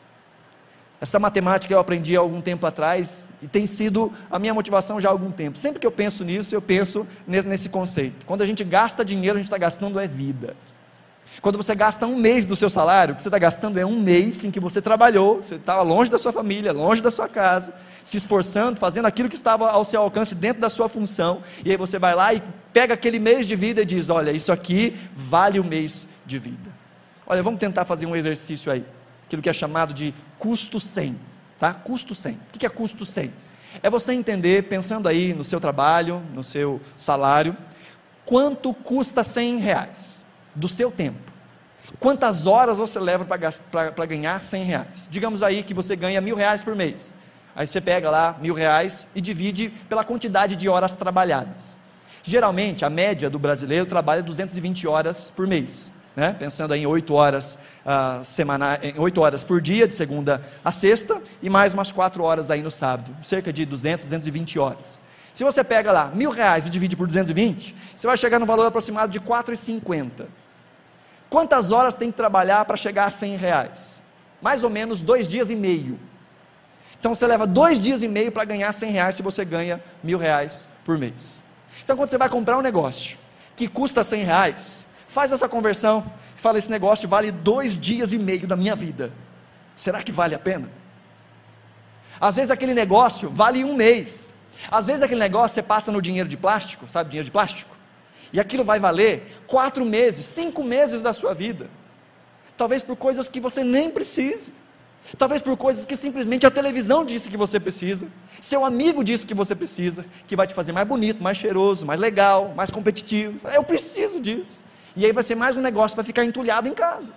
Essa matemática eu aprendi há algum tempo atrás, e tem sido a minha motivação já há algum tempo. Sempre que eu penso nisso, eu penso nesse conceito. Quando a gente gasta dinheiro, a gente está gastando vida. Quando você gasta um mês do seu salário, o que você está gastando é um mês em que você trabalhou, você estava longe da sua família, longe da sua casa, se esforçando, fazendo aquilo que estava ao seu alcance dentro da sua função, e aí você vai lá e pega aquele mês de vida e diz: olha, isso aqui vale o mês de vida. Olha, vamos tentar fazer um exercício aí, aquilo que é chamado de custo 100, tá? Custo 100. O que é custo 100? É você entender, pensando aí no seu trabalho, no seu salário, quanto custa R$100 do seu tempo. Quantas horas você leva para ganhar R$100? Digamos aí que você ganha R$1.000 por mês. Aí você pega lá R$1.000 e divide pela quantidade de horas trabalhadas. Geralmente, a média do brasileiro trabalha 220 horas por mês. né? Pensando aí em 8 horas em 8 horas por dia, de segunda a sexta, e mais umas 4 horas aí no sábado, cerca de 220 horas. Se você pega lá R$1.000 e divide por 220, você vai chegar no valor aproximado de R$4,50. Quantas horas tem que trabalhar para chegar a R$100? Mais ou menos 2 dias e meio. Então você leva 2 dias e meio para ganhar R$100 se você ganha R$1.000 por mês. Então quando você vai comprar um negócio que custa R$100, faz essa conversão e fala: esse negócio vale 2 dias e meio da minha vida, será que vale a pena? Às vezes aquele negócio vale 1 mês, às vezes aquele negócio você passa no dinheiro de plástico, sabe, dinheiro de plástico, e aquilo vai valer 4 meses, 5 meses da sua vida, talvez por coisas que você nem precise, talvez por coisas que simplesmente a televisão disse que você precisa, seu amigo disse que você precisa, que vai te fazer mais bonito, mais cheiroso, mais legal, mais competitivo. Eu preciso disso, e aí vai ser mais um negócio para ficar entulhado em casa.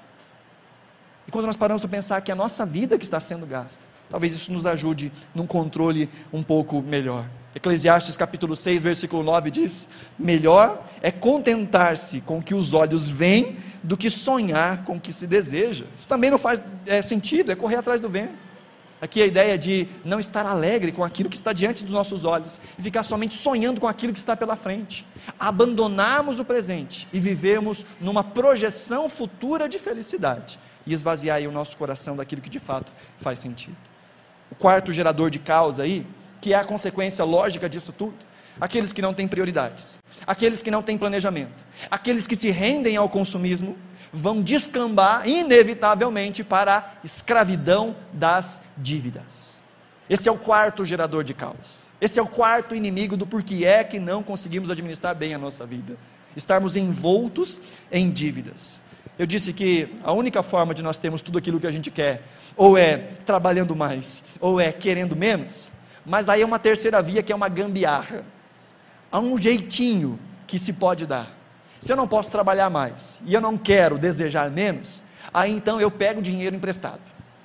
E quando nós paramos para pensar que a nossa vida que está sendo gasta, talvez isso nos ajude num controle um pouco melhor. Eclesiastes capítulo 6, versículo 9 diz: melhor é contentar-se com o que os olhos veem, do que sonhar com o que se deseja. Isso também não faz sentido, é correr atrás do vento. Aqui a ideia de não estar alegre com aquilo que está diante dos nossos olhos, e ficar somente sonhando com aquilo que está pela frente, abandonarmos o presente, e vivemos numa projeção futura de felicidade, e esvaziar aí o nosso coração daquilo que de fato faz sentido. O quarto gerador de caos aí, que é a consequência lógica disso tudo: aqueles que não têm prioridades, aqueles que não têm planejamento, aqueles que se rendem ao consumismo, vão descambar inevitavelmente para a escravidão das dívidas. Esse é o quarto gerador de caos, esse é o quarto inimigo do porquê é que não conseguimos administrar bem a nossa vida: estarmos envoltos em dívidas. Eu disse que a única forma de nós termos tudo aquilo que a gente quer, ou é trabalhando mais, ou é querendo menos, mas aí é uma terceira via, que é uma gambiarra. Há um jeitinho que se pode dar. Se eu não posso trabalhar mais, e eu não quero desejar menos, aí então eu pego dinheiro emprestado,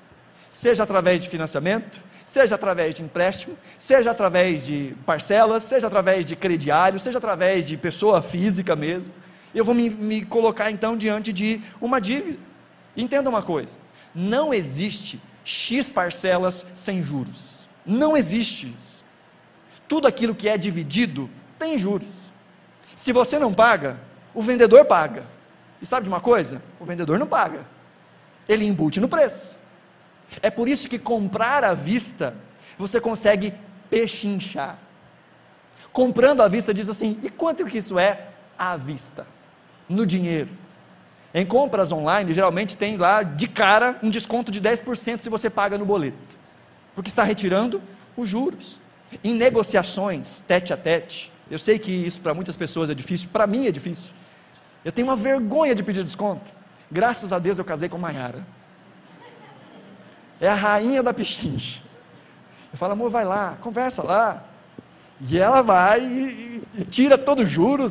seja através de financiamento, seja através de empréstimo, seja através de parcelas, seja através de crediário, seja através de pessoa física mesmo. Eu vou me colocar então diante de uma dívida. Entenda uma coisa: não existe X parcelas sem juros, não existe isso. Tudo aquilo que é dividido tem juros. Se você não paga, o vendedor paga. E sabe de uma coisa? O vendedor não paga, ele embute no preço. É por isso que comprar à vista, você consegue pechinchar. Comprando à vista diz assim: e quanto que isso é à vista? No dinheiro. Em compras online, geralmente tem lá de cara um desconto de 10% se você paga no boleto, porque está retirando os juros. Em negociações tete a tete, eu sei que isso para muitas pessoas é difícil, para mim é difícil, eu tenho uma vergonha de pedir desconto. Graças a Deus eu casei com Maiara, é a rainha da pechincha. Eu falo: amor, vai lá, conversa lá, e ela vai e tira todos os juros,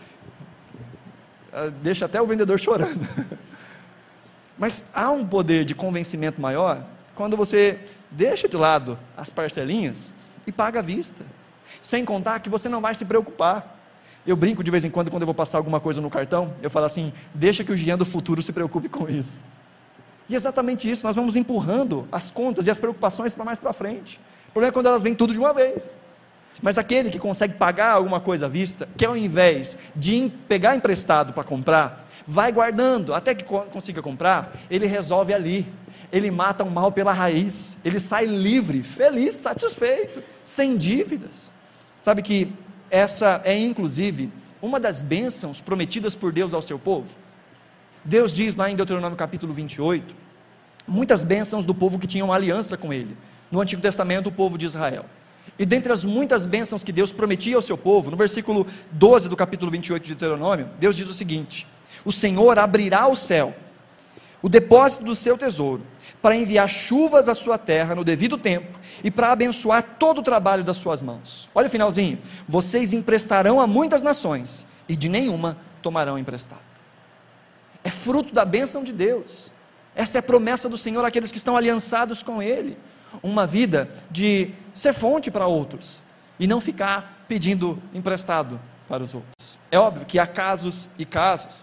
deixa até o vendedor chorando. Mas há um poder de convencimento maior quando você deixa de lado as parcelinhas e paga à vista, sem contar que você não vai se preocupar. Eu brinco de vez em quando eu vou passar alguma coisa no cartão, eu falo assim: deixa que o Jean do futuro se preocupe com isso. E é exatamente isso, nós vamos empurrando as contas e as preocupações para mais para frente. O problema é quando elas vêm tudo de uma vez. Mas aquele que consegue pagar alguma coisa à vista, que ao invés de pegar emprestado para comprar, vai guardando, até que consiga comprar, ele resolve ali, ele mata o mal pela raiz, ele sai livre, feliz, satisfeito, sem dívidas. Sabe que essa é inclusive uma das bênçãos prometidas por Deus ao seu povo. Deus diz lá em Deuteronômio capítulo 28, muitas bênçãos do povo que tinham aliança com ele, no Antigo Testamento, o povo de Israel. E dentre as muitas bênçãos que Deus prometia ao seu povo, no versículo 12 do capítulo 28 de Deuteronômio, Deus diz o seguinte: o Senhor abrirá o céu, o depósito do seu tesouro, para enviar chuvas à sua terra no devido tempo, e para abençoar todo o trabalho das suas mãos. Olha o finalzinho: vocês emprestarão a muitas nações, e de nenhuma tomarão emprestado. É fruto da bênção de Deus, essa é a promessa do Senhor àqueles que estão aliançados com Ele, uma vida de ser fonte para outros, e não ficar pedindo emprestado para os outros. É óbvio que há casos e casos,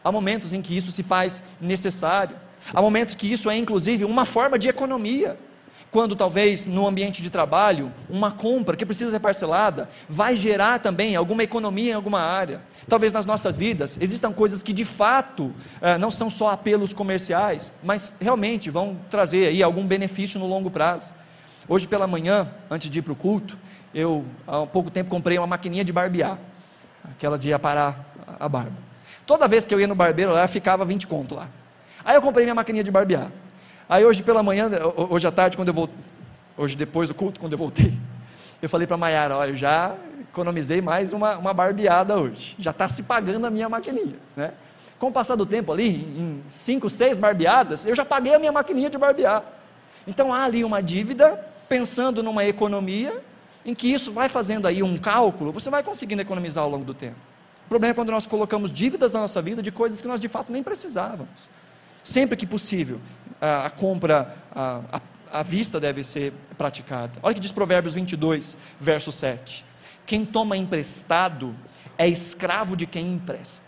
há momentos em que isso se faz necessário, há momentos que isso é inclusive uma forma de economia, quando talvez no ambiente de trabalho, uma compra que precisa ser parcelada, vai gerar também alguma economia em alguma área. Talvez nas nossas vidas, existam coisas que de fato, não são só apelos comerciais, mas realmente vão trazer aí algum benefício no longo prazo. Hoje pela manhã, antes de ir para o culto, eu há pouco tempo comprei uma maquininha de barbear, aquela de aparar a barba. Toda vez que eu ia no barbeiro lá, ficava 20 conto lá. Aí eu comprei minha maquininha de barbear. Aí hoje pela manhã, hoje à tarde, hoje depois do culto, quando eu voltei, eu falei para a Maiara, olha, eu já economizei mais uma barbeada hoje, já está se pagando a minha maquininha, né? Com o passar do tempo ali, em 5, 6 barbeadas, eu já paguei a minha maquininha de barbear. Então há ali uma dívida, pensando numa economia, em que isso vai fazendo aí um cálculo, você vai conseguindo economizar ao longo do tempo. O problema é quando nós colocamos dívidas na nossa vida de coisas que nós de fato nem precisávamos. Sempre que possível, a compra à vista deve ser praticada. Olha o que diz Provérbios 22, verso 7. Quem toma emprestado é escravo de quem empresta.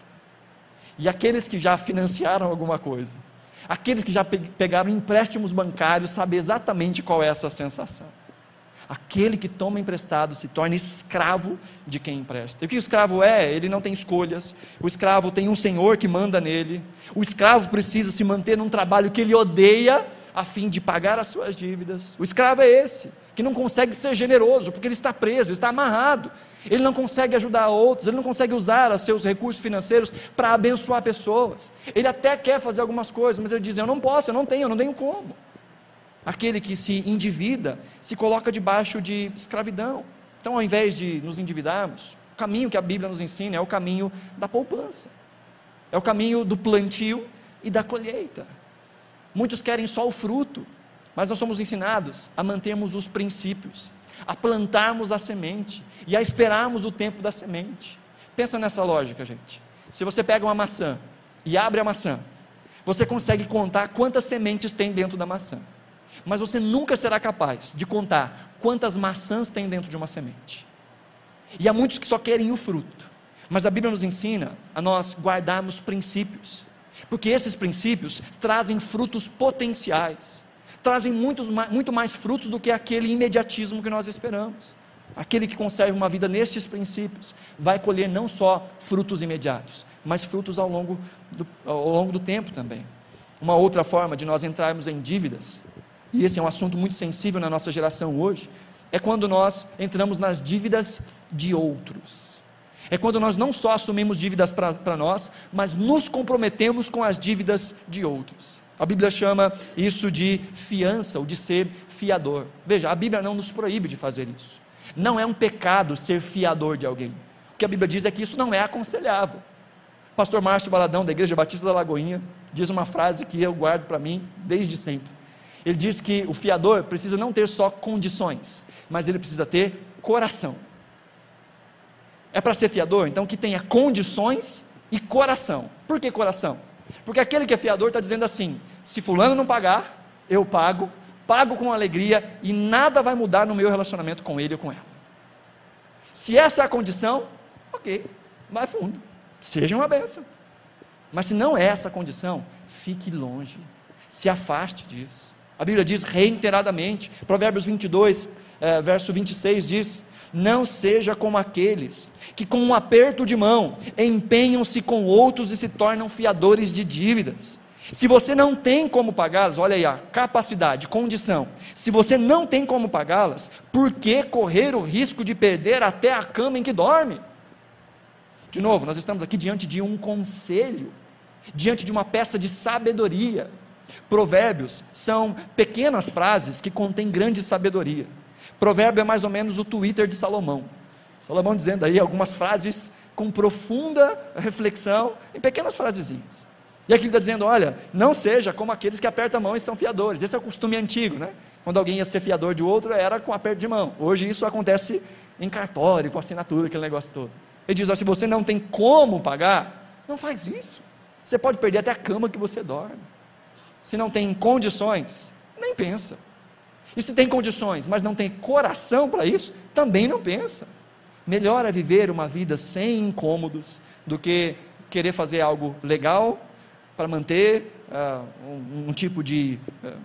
E aqueles que já financiaram alguma coisa, aqueles que já pegaram empréstimos bancários, sabem exatamente qual é essa sensação. Aquele que toma emprestado se torna escravo de quem empresta. E o que o escravo é? Ele não tem escolhas. O escravo tem um senhor que manda nele. O escravo precisa se manter num trabalho que ele odeia, a fim de pagar as suas dívidas. O escravo é esse, que não consegue ser generoso, porque ele está preso, ele está amarrado. Ele não consegue ajudar outros, ele não consegue usar os seus recursos financeiros para abençoar pessoas. Ele até quer fazer algumas coisas, mas ele diz, eu não posso, eu não tenho como. Aquele que se endivida, se coloca debaixo de escravidão. Então, ao invés de nos endividarmos, o caminho que a Bíblia nos ensina é o caminho da poupança, é o caminho do plantio e da colheita. Muitos querem só o fruto, mas nós somos ensinados a mantermos os princípios, a plantarmos a semente e a esperarmos o tempo da semente. Pensa nessa lógica, gente. Se você pega uma maçã e abre a maçã, você consegue contar quantas sementes tem dentro da maçã, mas você nunca será capaz de contar quantas maçãs tem dentro de uma semente. E há muitos que só querem o fruto, mas a Bíblia nos ensina a nós guardarmos princípios, porque esses princípios trazem frutos potenciais, trazem muito mais frutos do que aquele imediatismo que nós esperamos. Aquele que conserva uma vida nestes princípios, vai colher não só frutos imediatos, mas frutos ao longo do tempo também. Uma outra forma de nós entrarmos em dívidas, e esse é um assunto muito sensível na nossa geração hoje, é quando nós entramos nas dívidas de outros. É quando nós não só assumimos dívidas para nós, mas nos comprometemos com as dívidas de outros. A Bíblia chama isso de fiança, ou de ser fiador. Veja, a Bíblia não nos proíbe de fazer isso. Não é um pecado ser fiador de alguém. O que a Bíblia diz é que isso não é aconselhável. Pastor Márcio Valadão, da Igreja Batista da Lagoinha, diz uma frase que eu guardo para mim desde sempre. Ele diz que o fiador precisa não ter só condições, mas ele precisa ter coração. É para ser fiador, então, que tenha condições e coração. Por que coração? Porque aquele que é fiador está dizendo assim, se fulano não pagar, eu pago com alegria, e nada vai mudar no meu relacionamento com ele ou com ela. Se essa é a condição, ok, vai fundo, seja uma bênção. Mas se não é essa a condição, fique longe, se afaste disso. A Bíblia diz reiteradamente, Provérbios 22, verso 26 diz, não seja como aqueles que com um aperto de mão empenham-se com outros e se tornam fiadores de dívidas. Se você não tem como pagá-las, olha aí a capacidade, condição, se você não tem como pagá-las, por que correr o risco de perder até a cama em que dorme? De novo, nós estamos aqui diante de um conselho, diante de uma peça de sabedoria. Provérbios são pequenas frases que contêm grande sabedoria. Provérbio é mais ou menos o Twitter de Salomão. Salomão dizendo aí algumas frases com profunda reflexão, em pequenas frasezinhas. E aqui ele está dizendo, olha, não seja como aqueles que apertam a mão e são fiadores. Esse é o costume antigo, né? Quando alguém ia ser fiador de outro, era com aperto de mão. Hoje isso acontece em cartório, com assinatura, aquele negócio todo. Ele diz, se você não tem como pagar, não faz isso. Você pode perder até a cama que você dorme. Se não tem condições, nem pensa. E se tem condições, mas não tem coração para isso, também não pensa. Melhor é viver uma vida sem incômodos, do que querer fazer algo legal para manter um tipo de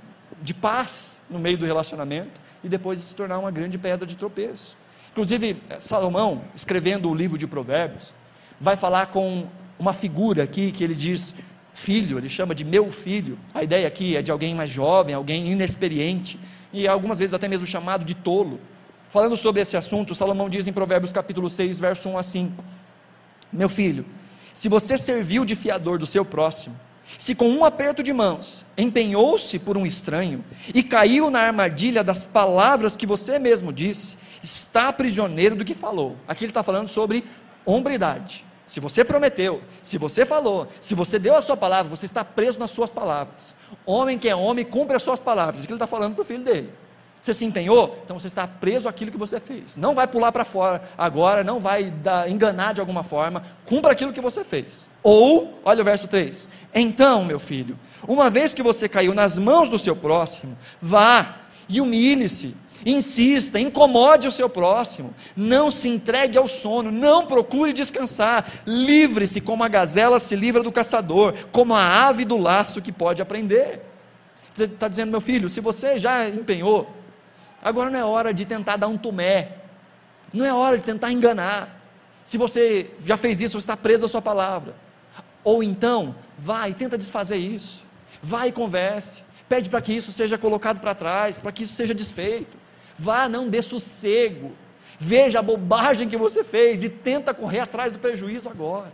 paz no meio do relacionamento, e depois se tornar uma grande pedra de tropeço. Inclusive, Salomão, escrevendo o livro de Provérbios, vai falar com uma figura aqui, que ele diz filho, ele chama de meu filho. A ideia aqui é de alguém mais jovem, alguém inexperiente, e algumas vezes até mesmo chamado de tolo. Falando sobre esse assunto, Salomão diz em Provérbios capítulo 6, verso 1 a 5, meu filho, se você serviu de fiador do seu próximo, se com um aperto de mãos empenhou-se por um estranho e caiu na armadilha das palavras que você mesmo disse, está prisioneiro do que falou. Aqui ele está falando sobre hombridade. Se você prometeu, se você falou, se você deu a sua palavra, você está preso nas suas palavras. Homem que é homem, cumpre as suas palavras. Aquilo ele está falando para o filho dele. Você se empenhou, então você está preso àquilo que você fez. Não vai pular para fora agora, não vai enganar de alguma forma. Cumpra aquilo que você fez. Ou, olha o verso 3, então meu filho, uma vez que você caiu nas mãos do seu próximo, vá e humilhe-se, insista, incomode o seu próximo, não se entregue ao sono, não procure descansar, livre-se como a gazela se livra do caçador, como a ave do laço que pode aprender. Você está dizendo, meu filho, se você já empenhou, agora não é hora de tentar dar um tomé, não é hora de tentar enganar. Se você já fez isso, você está preso à sua palavra. Ou então, vai e tenta desfazer isso, vai e converse, pede para que isso seja colocado para trás, para que isso seja desfeito. Vá, não dê sossego, veja a bobagem que você fez e tenta correr atrás do prejuízo agora.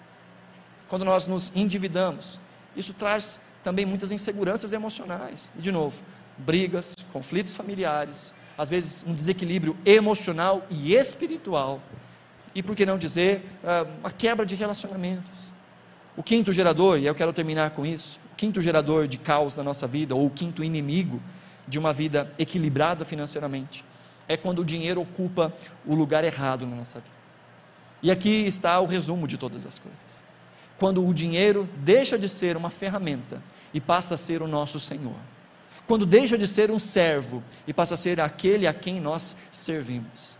Quando nós nos endividamos, isso traz também muitas inseguranças emocionais, e de novo, brigas, conflitos familiares, às vezes um desequilíbrio emocional e espiritual, e por que não dizer, uma quebra de relacionamentos. O quinto gerador, e eu quero terminar com isso, o quinto gerador de caos na nossa vida, ou o quinto inimigo de uma vida equilibrada financeiramente, é quando o dinheiro ocupa o lugar errado na nossa vida. E aqui está o resumo de todas as coisas. Quando o dinheiro deixa de ser uma ferramenta e passa a ser o nosso Senhor. Quando deixa de ser um servo e passa a ser aquele a quem nós servimos.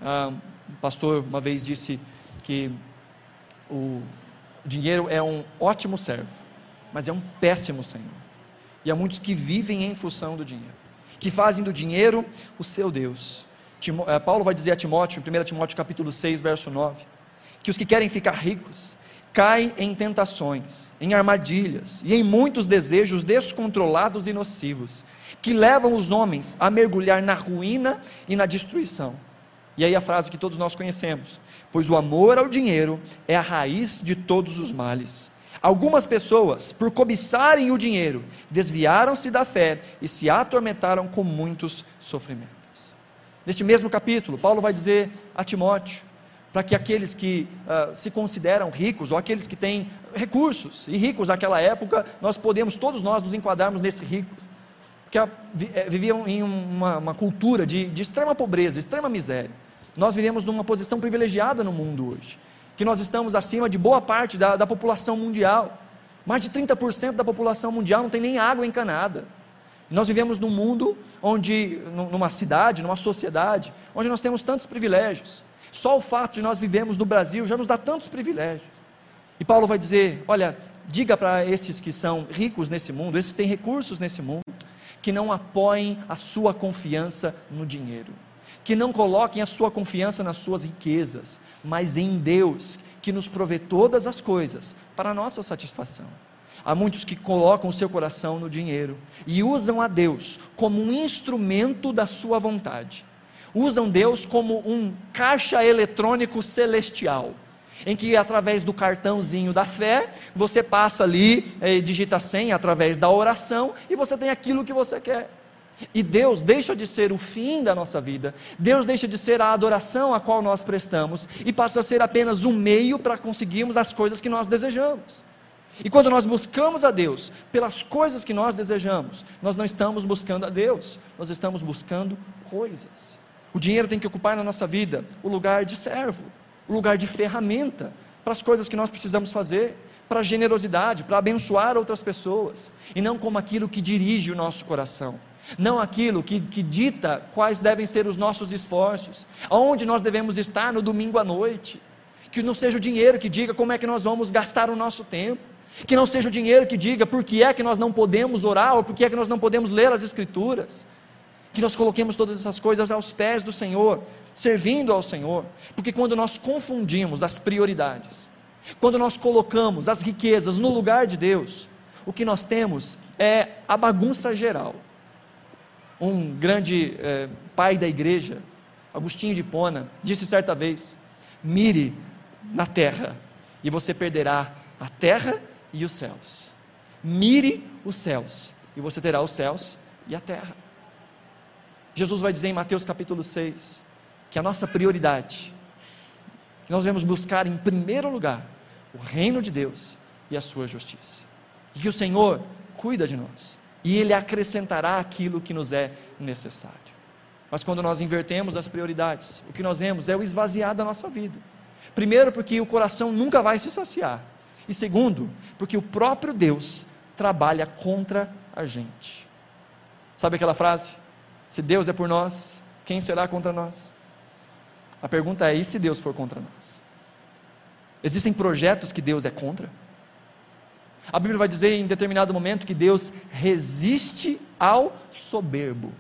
Um pastor uma vez disse que o dinheiro é um ótimo servo, mas é um péssimo Senhor. E há muitos que vivem em função do dinheiro, que fazem do dinheiro o seu Deus. Paulo vai dizer a Timóteo, em 1 Timóteo capítulo 6, verso 9, que os que querem ficar ricos, caem em tentações, em armadilhas, e em muitos desejos descontrolados e nocivos, que levam os homens a mergulhar na ruína e na destruição. E aí a frase que todos nós conhecemos, pois o amor ao dinheiro é a raiz de todos os males. Algumas pessoas, por cobiçarem o dinheiro, desviaram-se da fé e se atormentaram com muitos sofrimentos. Neste mesmo capítulo, Paulo vai dizer a Timóteo, para que aqueles que se consideram ricos, ou aqueles que têm recursos, e ricos naquela época, todos nós nos enquadrarmos nesses ricos, que viviam em uma cultura de extrema pobreza, extrema miséria. Nós vivemos numa posição privilegiada no mundo hoje, que nós estamos acima de boa parte da população mundial. Mais de 30% da população mundial não tem nem água encanada. Nós vivemos num mundo numa cidade, numa sociedade, onde nós temos tantos privilégios. Só o fato de nós vivemos no Brasil já nos dá tantos privilégios. E Paulo vai dizer, olha, diga para estes que são ricos nesse mundo, esses que têm recursos nesse mundo, que não apoiem a sua confiança no dinheiro, que não coloquem a sua confiança nas suas riquezas, mas em Deus, que nos provê todas as coisas para a nossa satisfação. Há muitos que colocam o seu coração no dinheiro e usam a Deus como um instrumento da sua vontade. Usam Deus como um caixa eletrônico celestial, em que através do cartãozinho da fé, você passa ali, digita a senha através da oração, e você tem aquilo que você quer. E Deus deixa de ser o fim da nossa vida, Deus deixa de ser a adoração a qual nós prestamos, e passa a ser apenas um meio para conseguirmos as coisas que nós desejamos. E quando nós buscamos a Deus pelas coisas que nós desejamos, nós não estamos buscando a Deus, nós estamos buscando coisas. O dinheiro tem que ocupar na nossa vida o lugar de servo, o lugar de ferramenta para as coisas que nós precisamos fazer, para a generosidade, para abençoar outras pessoas, e não como aquilo que dirige o nosso coração, não aquilo que dita quais devem ser os nossos esforços, aonde nós devemos estar no domingo à noite. Que não seja o dinheiro que diga como é que nós vamos gastar o nosso tempo. Que não seja o dinheiro que diga por que é que nós não podemos orar, ou por que é que nós não podemos ler as Escrituras. Que nós coloquemos todas essas coisas aos pés do Senhor, servindo ao Senhor. Porque quando nós confundimos as prioridades, quando nós colocamos as riquezas no lugar de Deus, o que nós temos é a bagunça geral. Um grande pai da igreja, Agostinho de Hipona, disse certa vez: mire na terra e você perderá a terra e os céus. Mire os céus e você terá os céus e a terra. Jesus vai dizer em Mateus capítulo 6 que a nossa prioridade, que nós devemos buscar em primeiro lugar o reino de Deus e a sua justiça, e que o Senhor cuida de nós e Ele acrescentará aquilo que nos é necessário. Mas quando nós invertemos as prioridades, o que nós vemos é o esvaziar da nossa vida. Primeiro, porque o coração nunca vai se saciar, e segundo, porque o próprio Deus trabalha contra a gente. Sabe aquela frase? Se Deus é por nós, quem será contra nós? A pergunta é: e se Deus for contra nós? Existem projetos que Deus é contra? A Bíblia vai dizer em determinado momento que Deus resiste ao soberbo,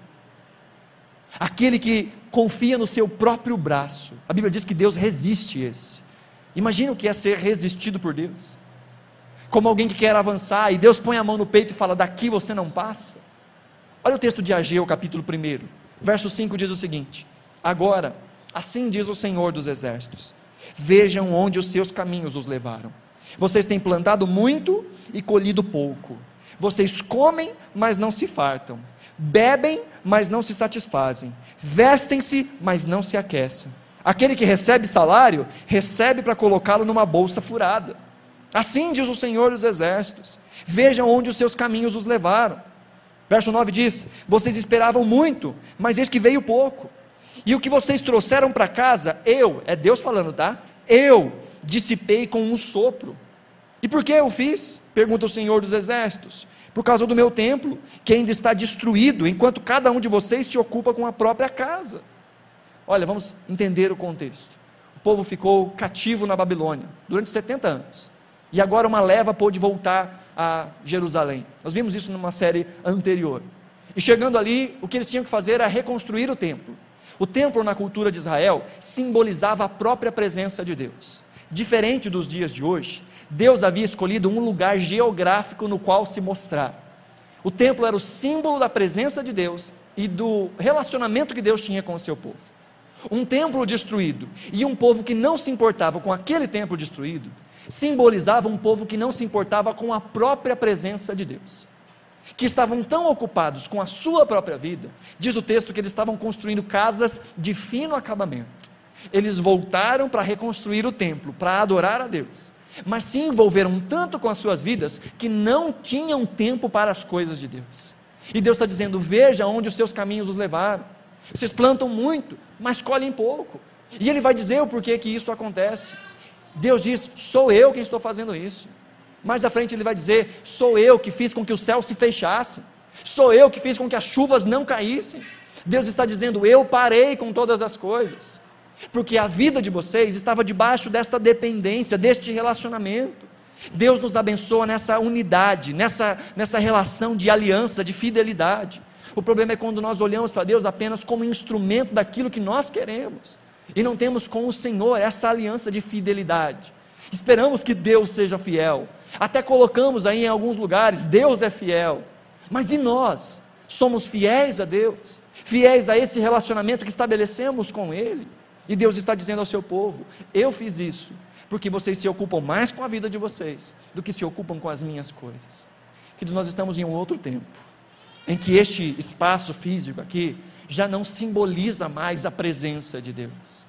aquele que confia no seu próprio braço. A Bíblia diz que Deus resiste esse. Imagina o que é ser resistido por Deus, como alguém que quer avançar, e Deus põe a mão no peito e fala: daqui você não passa. Olha o texto de Ageu, capítulo 1, verso 5 diz o seguinte: agora, assim diz o Senhor dos exércitos, vejam onde os seus caminhos os levaram. Vocês têm plantado muito e colhido pouco. Vocês comem, mas não se fartam. Bebem, mas não se satisfazem. Vestem-se, mas não se aquecem. Aquele que recebe salário, recebe para colocá-lo numa bolsa furada. Assim diz o Senhor dos exércitos, vejam onde os seus caminhos os levaram. Verso 9 diz: vocês esperavam muito, mas eis que veio pouco. E o que vocês trouxeram para casa, é Deus falando, tá? Eu dissipei com um sopro. E por que eu fiz? Pergunta o Senhor dos exércitos. Por causa do meu templo, que ainda está destruído, enquanto cada um de vocês se ocupa com a própria casa. Olha, vamos entender o contexto. O povo ficou cativo na Babilônia durante 70 anos, e agora uma leva pôde voltar a Jerusalém. Nós vimos isso numa série anterior. E chegando ali, o que eles tinham que fazer era reconstruir o templo. O templo, na cultura de Israel, simbolizava a própria presença de Deus. Diferente dos dias de hoje, Deus havia escolhido um lugar geográfico no qual se mostrar. O templo era o símbolo da presença de Deus e do relacionamento que Deus tinha com o seu povo. Um templo destruído e um povo que não se importava com aquele templo destruído, simbolizava um povo que não se importava com a própria presença de Deus, que estavam tão ocupados com a sua própria vida. Diz o texto que eles estavam construindo casas de fino acabamento. Eles voltaram para reconstruir o templo, para adorar a Deus, mas se envolveram tanto com as suas vidas, que não tinham tempo para as coisas de Deus. E Deus está dizendo: veja onde os seus caminhos os levaram. Vocês plantam muito, mas colhem pouco. E Ele vai dizer o porquê que isso acontece. Deus diz: sou eu quem estou fazendo isso. Mais à frente Ele vai dizer: sou eu que fiz com que o céu se fechasse, sou eu que fiz com que as chuvas não caíssem. Deus está dizendo: eu parei com todas as coisas, porque a vida de vocês estava debaixo desta dependência, deste relacionamento. Deus nos abençoa nessa unidade, nessa relação de aliança, de fidelidade. O problema é quando nós olhamos para Deus apenas como instrumento daquilo que nós queremos, e não temos com o Senhor essa aliança de fidelidade. Esperamos que Deus seja fiel, até colocamos aí em alguns lugares: Deus é fiel, mas e nós? Somos fiéis a Deus? Fiéis a esse relacionamento que estabelecemos com Ele? E Deus está dizendo ao seu povo: eu fiz isso, porque vocês se ocupam mais com a vida de vocês, do que se ocupam com as minhas coisas. Queridos, nós estamos em um outro tempo, em que este espaço físico aqui, já não simboliza mais a presença de Deus,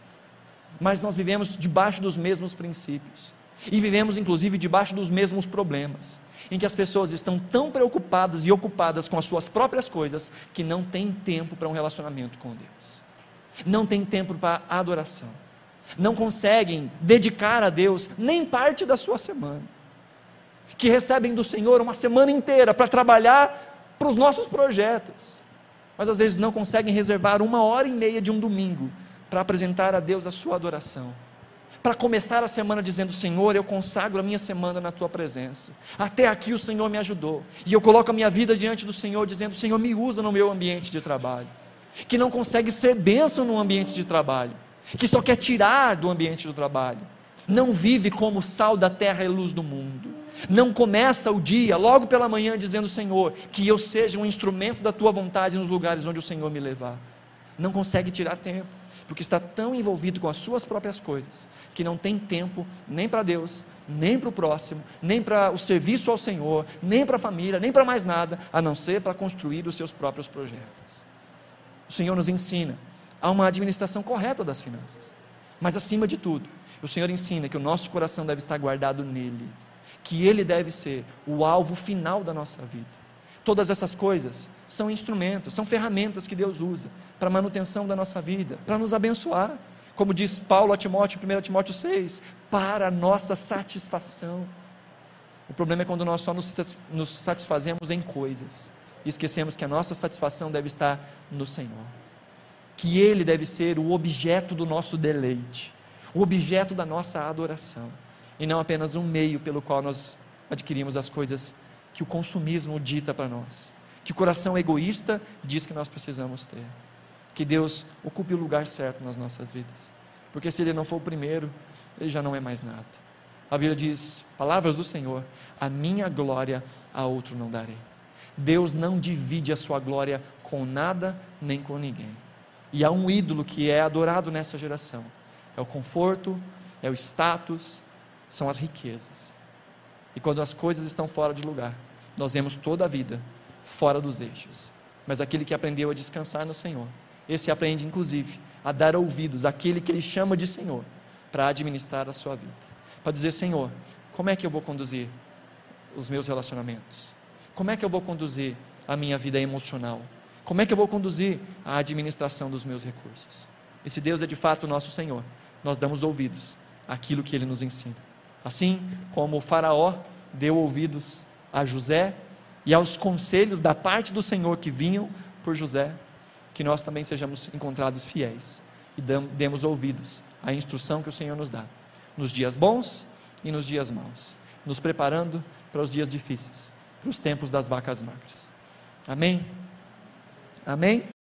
mas nós vivemos debaixo dos mesmos princípios, e vivemos inclusive debaixo dos mesmos problemas, em que as pessoas estão tão preocupadas e ocupadas com as suas próprias coisas, que não têm tempo para um relacionamento com Deus, não têm tempo para a adoração, não conseguem dedicar a Deus nem parte da sua semana, que recebem do Senhor uma semana inteira para trabalhar para os nossos projetos, mas às vezes não conseguem reservar 1h30 de um domingo para apresentar a Deus a sua adoração, para começar a semana dizendo: Senhor, eu consagro a minha semana na tua presença, até aqui o Senhor me ajudou, e eu coloco a minha vida diante do Senhor, dizendo: Senhor, me usa no meu ambiente de trabalho, que não consegue ser bênção no ambiente de trabalho, que só quer tirar do ambiente do trabalho, não vive como sal da terra e luz do mundo, não começa o dia logo pela manhã dizendo: Senhor, que eu seja um instrumento da tua vontade nos lugares onde o Senhor me levar, não consegue tirar tempo, porque está tão envolvido com as suas próprias coisas, que não tem tempo nem para Deus, nem para o próximo, nem para o serviço ao Senhor, nem para a família, nem para mais nada, a não ser para construir os seus próprios projetos. O Senhor nos ensina a uma administração correta das finanças, mas acima de tudo, o Senhor ensina que o nosso coração deve estar guardado nele, que ele deve ser o alvo final da nossa vida. Todas essas coisas são instrumentos, são ferramentas que Deus usa para a manutenção da nossa vida, para nos abençoar, como diz Paulo a Timóteo, 1 Timóteo 6, para a nossa satisfação. O problema é quando nós só nos satisfazemos em coisas, e esquecemos que a nossa satisfação deve estar no Senhor, que Ele deve ser o objeto do nosso deleite, o objeto da nossa adoração, e não apenas um meio pelo qual nós adquirimos as coisas que o consumismo dita para nós, que o coração egoísta diz que nós precisamos ter. Que Deus ocupe o lugar certo nas nossas vidas, porque se Ele não for o primeiro, Ele já não é mais nada. A Bíblia diz, palavras do Senhor: a minha glória a outro não darei. Deus não divide a sua glória com nada nem com ninguém. E há um ídolo que é adorado nessa geração, é o conforto, é o status, são as riquezas. E quando as coisas estão fora de lugar, nós vemos toda a vida fora dos eixos. Mas aquele que aprendeu a descansar no Senhor, esse aprende inclusive a dar ouvidos àquele que Ele chama de Senhor, para administrar a sua vida, para dizer: Senhor, como é que eu vou conduzir os meus relacionamentos? Como é que eu vou conduzir a minha vida emocional? Como é que eu vou conduzir a administração dos meus recursos? E se Deus é de fato o nosso Senhor, nós damos ouvidos àquilo que Ele nos ensina. Assim como o faraó deu ouvidos a José e aos conselhos da parte do Senhor que vinham por José, que nós também sejamos encontrados fiéis e demos ouvidos à instrução que o Senhor nos dá, nos dias bons e nos dias maus, nos preparando para os dias difíceis, para os tempos das vacas magras. Amém? Amém?